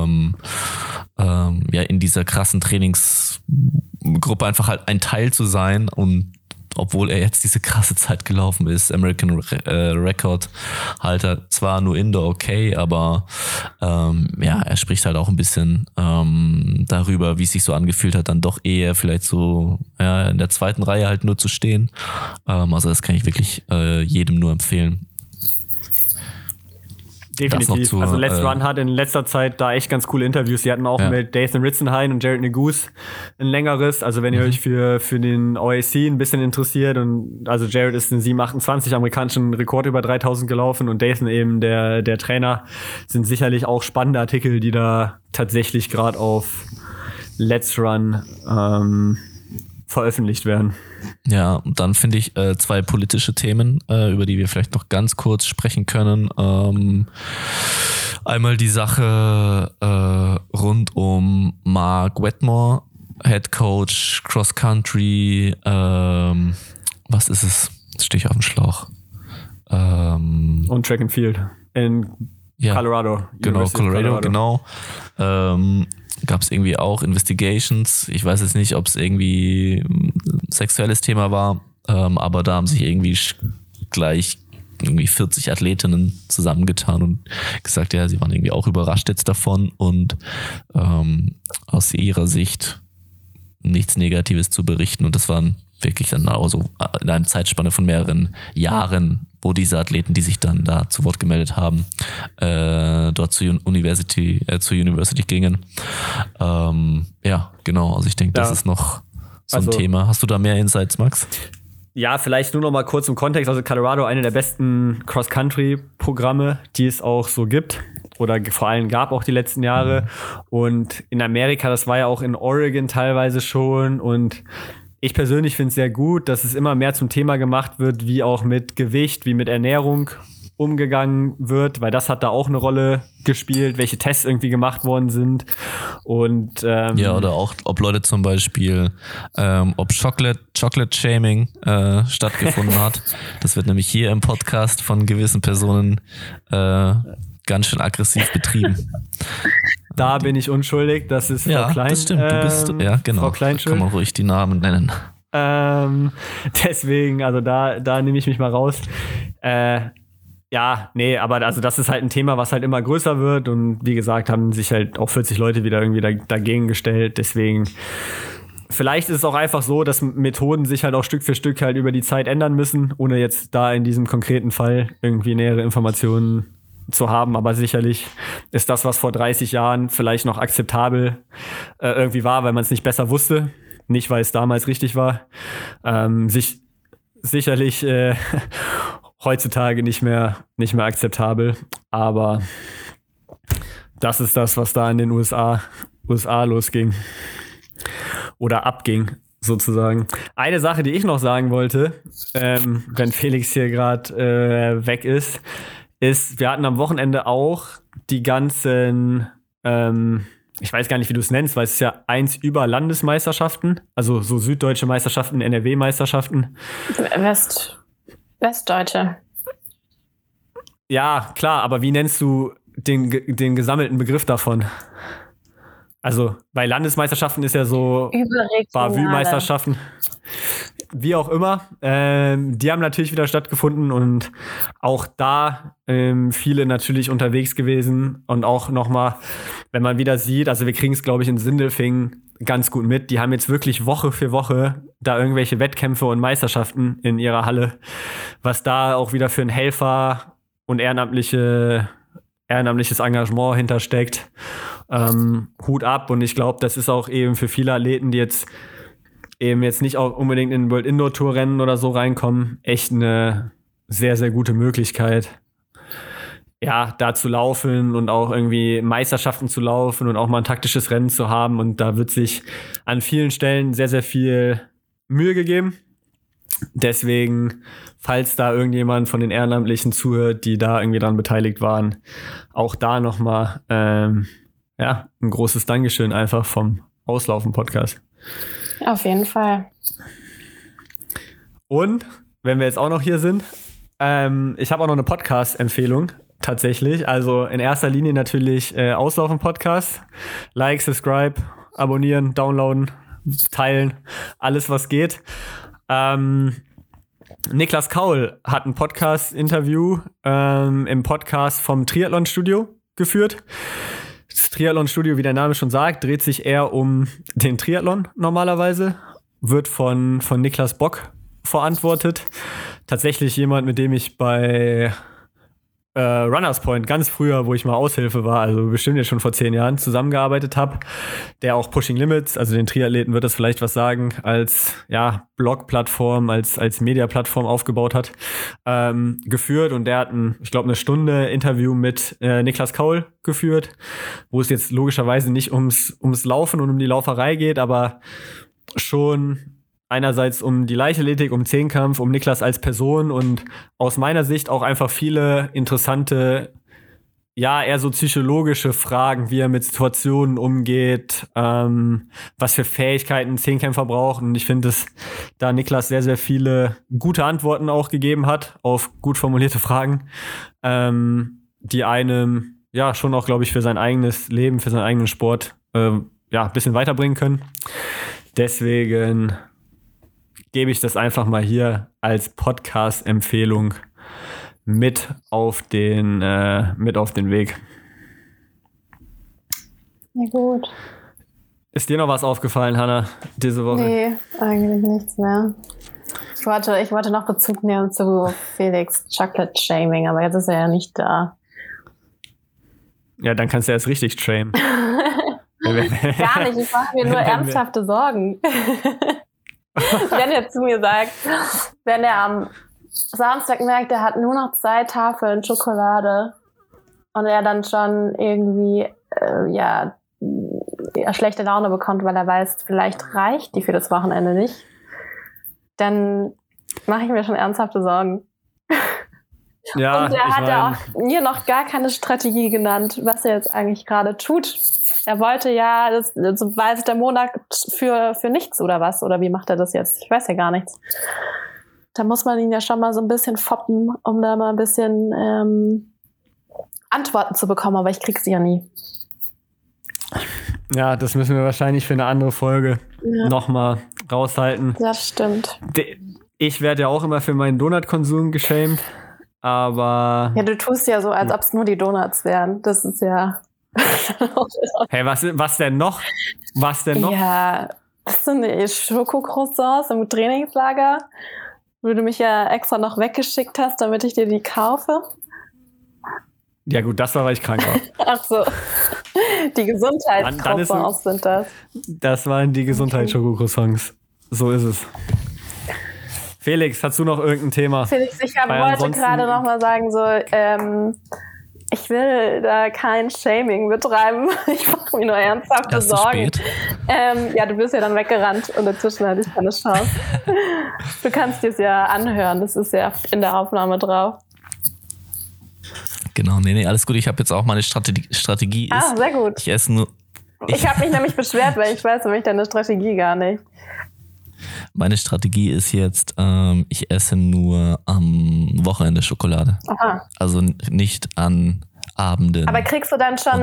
in dieser krassen Trainingsgruppe einfach halt ein Teil zu sein, und obwohl er jetzt diese krasse Zeit gelaufen ist, American Record Halter, zwar nur Indoor okay, aber er spricht halt auch ein bisschen darüber, wie es sich so angefühlt hat, dann doch eher vielleicht so in der zweiten Reihe halt nur zu stehen. Also das kann ich wirklich jedem nur empfehlen. Definitiv. Also Let's Run hat in letzter Zeit da echt ganz coole Interviews. Die hatten auch mit Dathan Ritzenhein und Jared Neguse ein längeres. Also wenn ihr euch für den OAC ein bisschen interessiert, und also Jared ist den 7,28 amerikanischen Rekord über 3.000 gelaufen und Dathan eben der Trainer, sind sicherlich auch spannende Artikel, die da tatsächlich gerade auf Let's Run veröffentlicht werden. Ja, und dann finde ich 2 politische Themen, über die wir vielleicht noch ganz kurz sprechen können. Einmal die Sache rund um Mark Wetmore, Head Coach Cross Country, was ist es? Jetzt stehe ich auf dem Schlauch. Und Track and Field in Colorado. Genau, Colorado, genau. Gab es irgendwie auch Investigations. Ich weiß jetzt nicht, ob es irgendwie ein sexuelles Thema war, aber da haben sich irgendwie gleich 40 Athletinnen zusammengetan und gesagt, ja, sie waren irgendwie auch überrascht jetzt davon, und aus ihrer Sicht nichts Negatives zu berichten. Und das waren wirklich dann also in einer Zeitspanne von mehreren Jahren, wo diese Athleten, die sich dann da zu Wort gemeldet haben, dort zur University gingen. Ja, genau. Also ich denke, das ist noch so ein Thema. Hast du da mehr Insights, Max? Ja, vielleicht nur noch mal kurz im Kontext. Also Colorado, eine der besten Cross-Country-Programme, die es auch so gibt oder vor allem gab auch die letzten Jahre. Und in Amerika, das war ja auch in Oregon teilweise schon. Und ich persönlich finde es sehr gut, dass es immer mehr zum Thema gemacht wird, wie auch mit Gewicht, wie mit Ernährung umgegangen wird, weil das hat da auch eine Rolle gespielt, welche Tests irgendwie gemacht worden sind. Und ja, oder auch, ob Leute zum Beispiel, ob Chocolate-Shaming stattgefunden hat. Das wird nämlich hier im Podcast von gewissen Personen ganz schön aggressiv betrieben. Da bin ich unschuldig, das ist Frau Klein. Ja, das stimmt, du bist, ja genau, Frau Klein kann man ruhig die Namen nennen. Deswegen, also da nehme ich mich mal raus. Ja, nee, aber also das ist halt ein Thema, was halt immer größer wird und wie gesagt, haben sich halt auch 40 Leute wieder irgendwie dagegen gestellt, deswegen vielleicht ist es auch einfach so, dass Methoden sich halt auch Stück für Stück halt über die Zeit ändern müssen, ohne jetzt da in diesem konkreten Fall irgendwie nähere Informationen zu haben, aber sicherlich ist das, was vor 30 Jahren vielleicht noch akzeptabel irgendwie war, weil man es nicht besser wusste, nicht weil es damals richtig war, sicherlich heutzutage nicht mehr akzeptabel, aber das ist das, was da in den USA losging oder abging sozusagen. Eine Sache, die ich noch sagen wollte, wenn Felix hier gerade weg ist, wir hatten am Wochenende auch die ganzen, ich weiß gar nicht, wie du es nennst, weil es ist ja 1 über Landesmeisterschaften, also so süddeutsche Meisterschaften, NRW-Meisterschaften. Westdeutsche. Ja, klar, aber wie nennst du den gesammelten Begriff davon? Also, bei Landesmeisterschaften ist ja so Bavü-Meisterschaften, wie auch immer. Die haben natürlich wieder stattgefunden und auch da viele natürlich unterwegs gewesen und auch nochmal, wenn man wieder sieht, also wir kriegen es, glaube ich, in Sindelfingen ganz gut mit. Die haben jetzt wirklich Woche für Woche da irgendwelche Wettkämpfe und Meisterschaften in ihrer Halle, was da auch wieder für ein Helfer und ehrenamtliches Engagement hintersteckt. Hut ab und ich glaube, das ist auch eben für viele Athleten, die jetzt nicht auch unbedingt in den World Indoor Tour Rennen oder so reinkommen, echt eine sehr, sehr gute Möglichkeit, ja, da zu laufen und auch irgendwie Meisterschaften zu laufen und auch mal ein taktisches Rennen zu haben. Und da wird sich an vielen Stellen sehr, sehr viel Mühe gegeben. Deswegen, falls da irgendjemand von den Ehrenamtlichen zuhört, die da irgendwie dran beteiligt waren, auch da nochmal ein großes Dankeschön einfach vom Auslaufen-Podcast. Auf jeden Fall. Und, wenn wir jetzt auch noch hier sind, ich habe auch noch eine Podcast-Empfehlung. Tatsächlich, also in erster Linie natürlich Auslaufen-Podcast. Like, subscribe, abonnieren, downloaden, teilen, alles was geht. Niklas Kaul hat ein Podcast-Interview im Podcast vom Triathlon-Studio geführt. Das Triathlon-Studio, wie der Name schon sagt, dreht sich eher um den Triathlon normalerweise, wird von Niklas Bock verantwortet. Tatsächlich jemand, mit dem ich bei Runners Point ganz früher, wo ich mal Aushilfe war, also bestimmt jetzt schon vor 10 Jahren, zusammengearbeitet habe, der auch Pushing Limits, also den Triathleten wird das vielleicht was sagen, als Blog-Plattform, als Media-Plattform aufgebaut hat, geführt und der hat ich glaube, eine Stunde Interview mit Niklas Kaul geführt, wo es jetzt logischerweise nicht ums Laufen und um die Lauferei geht, aber schon einerseits um die Leichtathletik, um Zehnkampf, um Niklas als Person und aus meiner Sicht auch einfach viele interessante, eher so psychologische Fragen, wie er mit Situationen umgeht, was für Fähigkeiten Zehnkämpfer brauchen. Und ich finde, dass da Niklas sehr, sehr viele gute Antworten auch gegeben hat auf gut formulierte Fragen, die einem schon auch, glaube ich, für sein eigenes Leben, für seinen eigenen Sport ein bisschen weiterbringen können. Deswegen gebe ich das einfach mal hier als Podcast-Empfehlung mit auf den Weg. Ja, gut. Ist dir noch was aufgefallen, Hannah, diese Woche? Nee, eigentlich nichts mehr. Ich wollte noch Bezug nehmen zu Felix Chocolate Shaming, aber jetzt ist er ja nicht da. Ja, dann kannst du erst richtig shamen. Gar nicht, ich mache mir nur ernsthafte Sorgen. Wenn er zu mir sagt, wenn er am Samstag merkt, er hat nur noch 2 Tafeln Schokolade und er dann schon irgendwie schlechte Laune bekommt, weil er weiß, vielleicht reicht die für das Wochenende nicht, dann mache ich mir schon ernsthafte Sorgen. Ja, und er hat ja auch mir noch gar keine Strategie genannt, was er jetzt eigentlich gerade tut. Er wollte ja, das weiß der Monat für nichts oder was, oder wie macht er das jetzt? Ich weiß ja gar nichts. Da muss man ihn ja schon mal so ein bisschen foppen, um da mal ein bisschen Antworten zu bekommen, aber ich krieg sie ja nie. Ja, das müssen wir wahrscheinlich für eine andere Folge nochmal raushalten. Das stimmt. Ich werde ja auch immer für meinen Donutkonsum geschämt, aber... Ja, du tust ja so, als ob es nur die Donuts wären. Das ist ja... Hey, was denn noch? Was denn noch? Ja, das sind die Schokocroissants im Trainingslager, wo du mich ja extra noch weggeschickt hast, damit ich dir die kaufe. Ja gut, das war, weil ich krank war. Ach so, die Gesundheitscroissants sind das. Das waren die Gesundheitsschokocroissants. So ist es. Felix, hast du noch irgendein Thema? Felix, ich wollte gerade noch mal sagen, so, ich will da kein Shaming betreiben. Ich mache mir nur ernsthafte Sorgen. Ja, du bist ja dann weggerannt und dazwischen hatte ich keine Chance. Du kannst dir es ja anhören, das ist ja in der Aufnahme drauf. Genau, nee, alles gut. Ich habe jetzt auch meine Strategie. Sehr gut. Ich esse nur. Ich habe mich nämlich beschwert, weil ich weiß nämlich deine Strategie gar nicht. Meine Strategie ist jetzt, ich esse nur am Wochenende Schokolade. Aha. Also nicht an Abenden. Aber kriegst du dann schon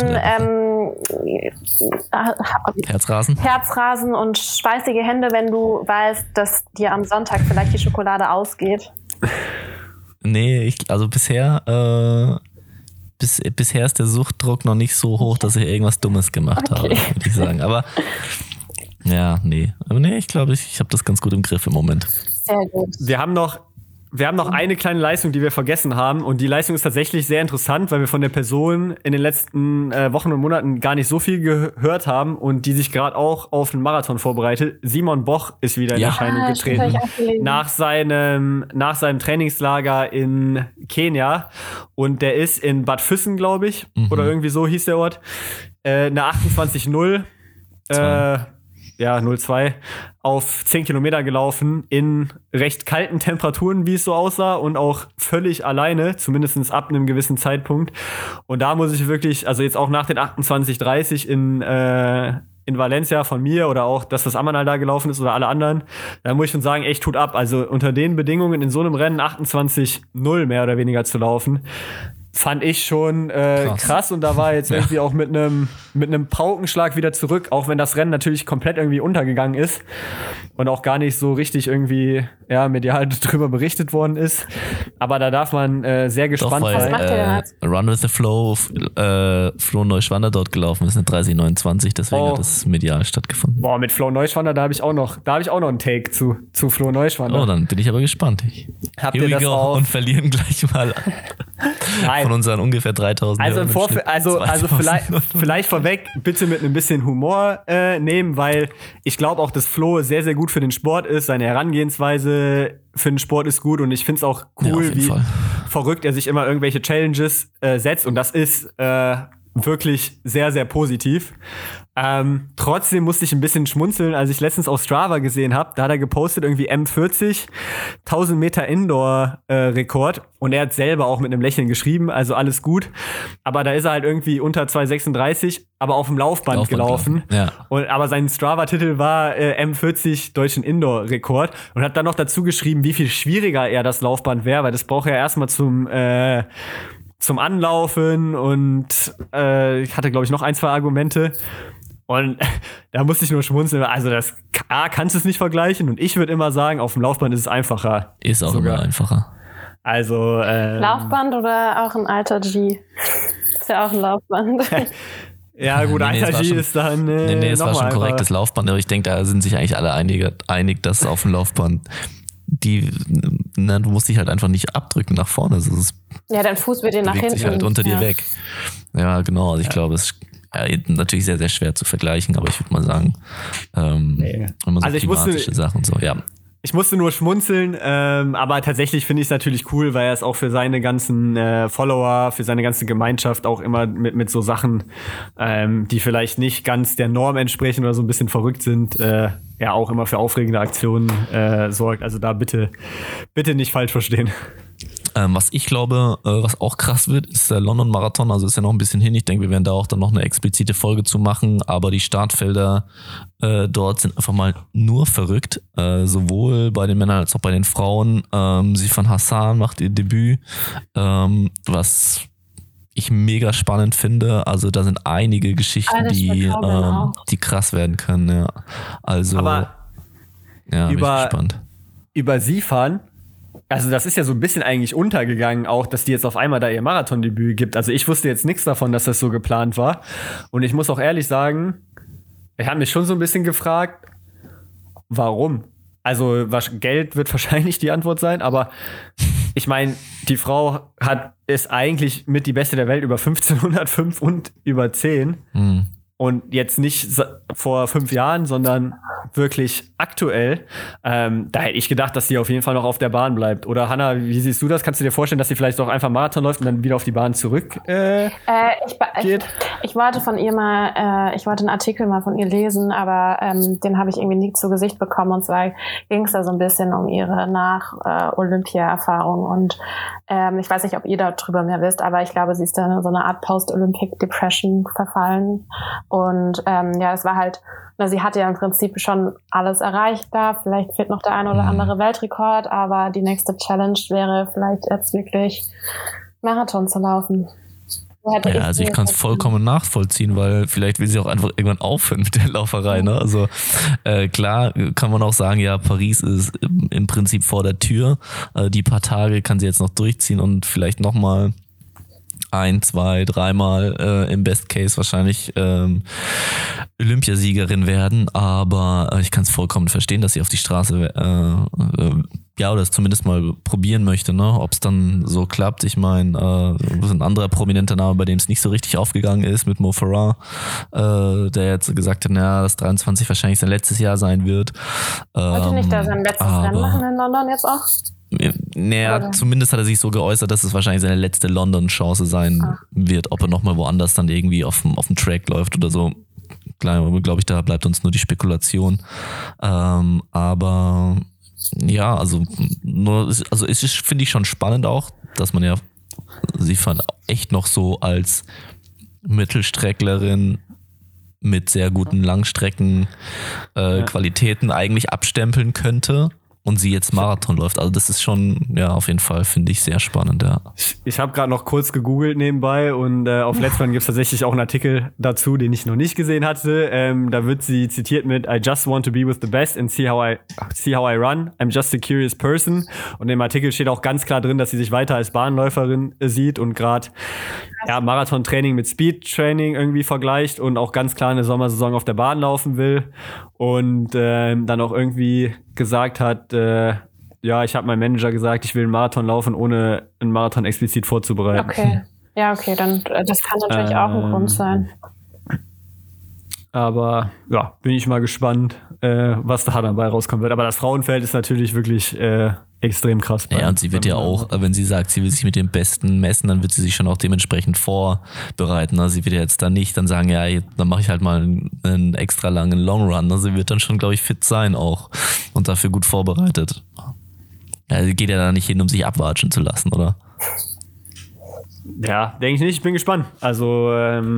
Herzrasen und schweißige Hände, wenn du weißt, dass dir am Sonntag vielleicht die Schokolade ausgeht? Nee, also bisher ist der Suchtdruck noch nicht so hoch, dass ich irgendwas Dummes gemacht habe, würde ich sagen. Aber ja, nee. Aber nee, ich glaube, ich habe das ganz gut im Griff im Moment. Sehr gut. Wir haben noch eine kleine Leistung, die wir vergessen haben. Und die Leistung ist tatsächlich sehr interessant, weil wir von der Person in den letzten Wochen und Monaten gar nicht so viel gehört haben und die sich gerade auch auf einen Marathon vorbereitet. Simon Boch ist wieder in Erscheinung getreten. Nach seinem Trainingslager in Kenia. Und der ist in Bad Füssen, glaube ich. Oder irgendwie so hieß der Ort. Eine 28,0. 0,2 auf 10 Kilometer gelaufen in recht kalten Temperaturen, wie es so aussah, und auch völlig alleine, zumindest ab einem gewissen Zeitpunkt. Und da muss ich wirklich, also jetzt auch nach den 28,30 in Valencia von mir oder auch das, was Amanal da gelaufen ist oder alle anderen, da muss ich schon sagen, echt Hut ab. Also unter den Bedingungen in so einem Rennen 28,0 mehr oder weniger zu laufen, fand ich schon krass, und da war jetzt irgendwie auch mit einem Paukenschlag wieder zurück, auch wenn das Rennen natürlich komplett irgendwie untergegangen ist und auch gar nicht so richtig irgendwie medial drüber berichtet worden ist. Aber da darf man sehr gespannt sein. Was macht der denn? Run with the Flow, Flo Neuschwander dort gelaufen ist, eine 30,29, deswegen hat das medial stattgefunden. Boah, mit Flo Neuschwander, da habe ich auch noch einen Take zu Flo Neuschwander. Oh, dann bin ich aber gespannt. Habt ihr das auch? Und verlieren gleich mal von unseren ungefähr 3.000. Also vielleicht vorweg, bitte mit ein bisschen Humor nehmen, weil ich glaube auch, dass Flo sehr, sehr gut für den Sport ist. Seine Herangehensweise für den Sport ist gut, und ich finde es auch cool, wie verrückt er sich immer irgendwelche Challenges setzt, und das ist wirklich sehr, sehr positiv. Trotzdem musste ich ein bisschen schmunzeln, als ich letztens auf Strava gesehen habe. Da hat er gepostet irgendwie M40, 1000 Meter Indoor-Rekord. Und er hat selber auch mit einem Lächeln geschrieben, also alles gut. Aber da ist er halt irgendwie unter 2,36, aber auf dem Laufband gelaufen. Ja. Aber sein Strava-Titel war M40 deutschen Indoor-Rekord. Und hat dann noch dazu geschrieben, wie viel schwieriger er das Laufband wäre, weil das braucht er erstmal zum Anlaufen, und ich hatte, glaube ich, noch 1, 2 Argumente. Und da musste ich nur schmunzeln. Also das kannst du es nicht vergleichen. Und ich würde immer sagen, auf dem Laufband ist es einfacher. Ist auch immer einfacher. Also Laufband oder auch ein alter G? Ist ja auch ein Laufband. Ja, gut, Aitaji ist dann. Es war schon korrektes Laufband, aber ich denke, da sind sich eigentlich alle einig, dass auf dem Laufband du musst dich halt einfach nicht abdrücken nach vorne. Also dein Fuß wird dir nach hinten. Sich halt unter dir weg. Ja, genau. Also ich glaube, es ist natürlich sehr, sehr schwer zu vergleichen, aber ich würde mal sagen, wenn man so klimatische Sachen und so, ja. Ich musste nur schmunzeln, aber tatsächlich finde ich es natürlich cool, weil er es auch für seine ganzen Follower, für seine ganze Gemeinschaft auch immer mit so Sachen, die vielleicht nicht ganz der Norm entsprechen oder so ein bisschen verrückt sind, auch immer für aufregende Aktionen sorgt. Also da bitte nicht falsch verstehen. Was ich glaube, was auch krass wird, ist der London-Marathon. Also ist ja noch ein bisschen hin. Ich denke, wir werden da auch dann noch eine explizite Folge zu machen. Aber die Startfelder dort sind einfach mal nur verrückt. Sowohl bei den Männern als auch bei den Frauen. Sifan Hassan macht ihr Debüt, was ich mega spannend finde. Also da sind einige Geschichten, die krass werden können. Ja. Also, aber bin ich gespannt. Über Sifan, also das ist ja so ein bisschen eigentlich untergegangen auch, dass die jetzt auf einmal da ihr Marathondebüt gibt. Also ich wusste jetzt nichts davon, dass das so geplant war. Und ich muss auch ehrlich sagen, ich habe mich schon so ein bisschen gefragt, warum? Also Geld wird wahrscheinlich die Antwort sein, aber ich meine, die Frau ist eigentlich mit die Beste der Welt über 1505 und über 10. Und jetzt nicht vor 5 Jahren, sondern wirklich aktuell. Da hätte ich gedacht, dass sie auf jeden Fall noch auf der Bahn bleibt. Oder Hannah, wie siehst du das? Kannst du dir vorstellen, dass sie vielleicht auch einfach Marathon läuft und dann wieder auf die Bahn zurück geht? Ich wollte von ihr ich wollte einen Artikel mal von ihr lesen, aber den habe ich irgendwie nie zu Gesicht bekommen. Und zwar ging es da so ein bisschen um ihre Nach-Olympia-Erfahrung. Und ich weiß nicht, ob ihr darüber mehr wisst, aber ich glaube, sie ist da in so eine Art Post-Olympic-Depression verfallen. Und es war halt, sie hatte ja im Prinzip schon alles erreicht da. Vielleicht fehlt noch der ein oder andere Weltrekord, aber die nächste Challenge wäre vielleicht jetzt wirklich Marathon zu laufen. Ja, also ich kann es vollkommen nachvollziehen, weil vielleicht will sie auch einfach irgendwann aufhören mit der Lauferei. Ne? Also klar kann man auch sagen, ja, Paris ist im Prinzip vor der Tür. Die paar Tage kann sie jetzt noch durchziehen und vielleicht nochmal 1, 2, 3 Mal im Best Case wahrscheinlich Olympiasiegerin werden, aber ich kann es vollkommen verstehen, dass sie auf die Straße oder es zumindest mal probieren möchte, ne? Ob es dann so klappt. Ich meine, ein anderer prominenter Name, bei dem es nicht so richtig aufgegangen ist, mit Mo Farah, der jetzt gesagt hat, dass 23 wahrscheinlich sein letztes Jahr sein wird. Wollte nicht da sein letztes Rennen machen in London jetzt auch? Naja, zumindest hat er sich so geäußert, dass es wahrscheinlich seine letzte London-Chance sein wird, ob er nochmal woanders dann irgendwie auf dem Track läuft oder so. Klar, glaube ich, da bleibt uns nur die Spekulation. Aber ja, also es ist, finde ich, schon spannend auch, dass man ja sie echt noch so als Mittelstrecklerin mit sehr guten Langstrecken Qualitäten eigentlich abstempeln könnte. Und sie jetzt Marathon läuft. Also das ist schon, ja, auf jeden Fall, finde ich, sehr spannend, ja. Ich habe gerade noch kurz gegoogelt nebenbei und auf Let's.Run gibt es tatsächlich auch einen Artikel dazu, den ich noch nicht gesehen hatte. Da wird sie zitiert mit I just want to be with the best and see how I run. I'm just a curious person. Und im Artikel steht auch ganz klar drin, dass sie sich weiter als Bahnläuferin sieht und gerade Marathon-Training mit Speed-Training irgendwie vergleicht und auch ganz klar eine Sommersaison auf der Bahn laufen will. Und dann auch irgendwie gesagt hat, ich habe meinem Manager gesagt, ich will einen Marathon laufen, ohne einen Marathon explizit vorzubereiten. Okay. Ja, okay, dann das kann natürlich auch ein Grund sein. Aber ja, bin ich mal gespannt, was da dabei rauskommen wird. Aber das Frauenfeld ist natürlich wirklich extrem krass. Ja, und sie wird ja auch, wenn sie sagt, sie will sich mit dem Besten messen, dann wird sie sich schon auch dementsprechend vorbereiten. Also sie wird ja jetzt dann nicht dann sagen, dann mache ich halt mal einen extra langen Long Run. Also sie wird dann schon, glaube ich, fit sein auch und dafür gut vorbereitet. Ja, sie geht ja da nicht hin, um sich abwatschen zu lassen, oder? Ja, denke ich nicht. Ich bin gespannt. Also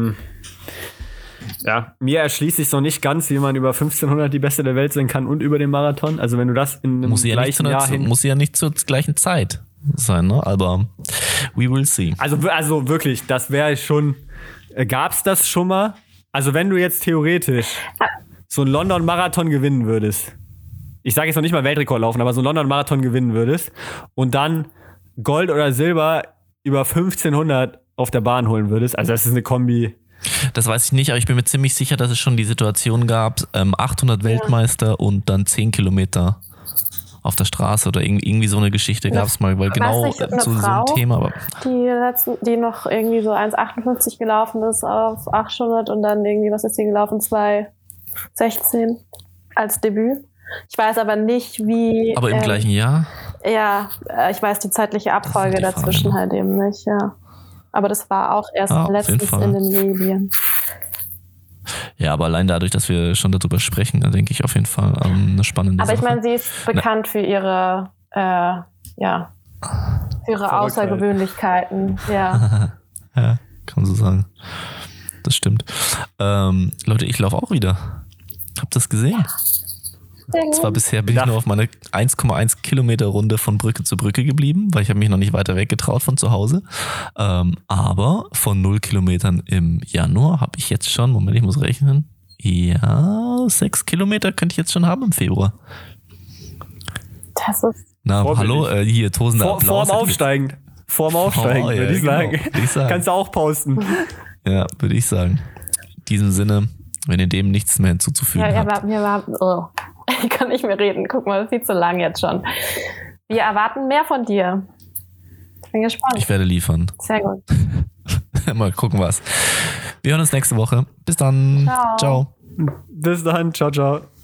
mir erschließt sich noch nicht ganz, wie man über 1500 die Beste der Welt sein kann und über den Marathon. Also wenn du das in einem gleichen Jahr muss sie ja nicht zur gleichen Zeit sein, ne? Aber we will see. Also wirklich, das wäre schon, gab's das schon mal? Also wenn du jetzt theoretisch so einen London-Marathon gewinnen würdest, ich sage jetzt noch nicht mal Weltrekord laufen, aber so einen London-Marathon gewinnen würdest und dann Gold oder Silber über 1500 auf der Bahn holen würdest, also das ist eine Kombi. Das weiß ich nicht, aber ich bin mir ziemlich sicher, dass es schon die Situation gab, 800 Weltmeister und dann 10 Kilometer auf der Straße oder irgendwie so eine Geschichte gab es mal, weil genau nicht, zu so einem Thema. Aber die noch irgendwie so 1,58 gelaufen ist auf 800 und dann irgendwie, was ist die gelaufen? 2,16 als Debüt. Ich weiß aber nicht, wie... Aber im gleichen Jahr? Ja, ich weiß die zeitliche Abfolge dazwischen halt eben nicht, ja. Aber das war auch erst letztens in den Medien. Ja, aber allein dadurch, dass wir schon darüber sprechen, da denke ich auf jeden Fall eine spannende Sache. Aber ich meine, sie ist bekannt für ihre, für ihre Außergewöhnlichkeiten. Ja. Ja, kann man so sagen. Das stimmt. Leute, ich laufe auch wieder. Habt ihr das gesehen? Zwar bisher bin ich nur auf meine 1,1 Kilometer Runde von Brücke zu Brücke geblieben, weil ich habe mich noch nicht weiter weggetraut von zu Hause. Aber von 0 Kilometern im Januar habe ich jetzt schon, Moment, ich muss rechnen, 6 Kilometer könnte ich jetzt schon haben im Februar. Das ist... Na, hallo, hier, tosender Applaus. Vorm Aufsteigen, würde ich sagen. Kannst du auch posten. Ja, würde ich sagen. In diesem Sinne, wenn ihr dem nichts mehr hinzuzufügen habt. Ich kann nicht mehr reden. Guck mal, viel zu lang jetzt schon. Wir erwarten mehr von dir. Ich bin gespannt. Ich werde liefern. Sehr gut. Mal gucken was. Wir hören uns nächste Woche. Bis dann. Ciao. Bis dann. Ciao, ciao.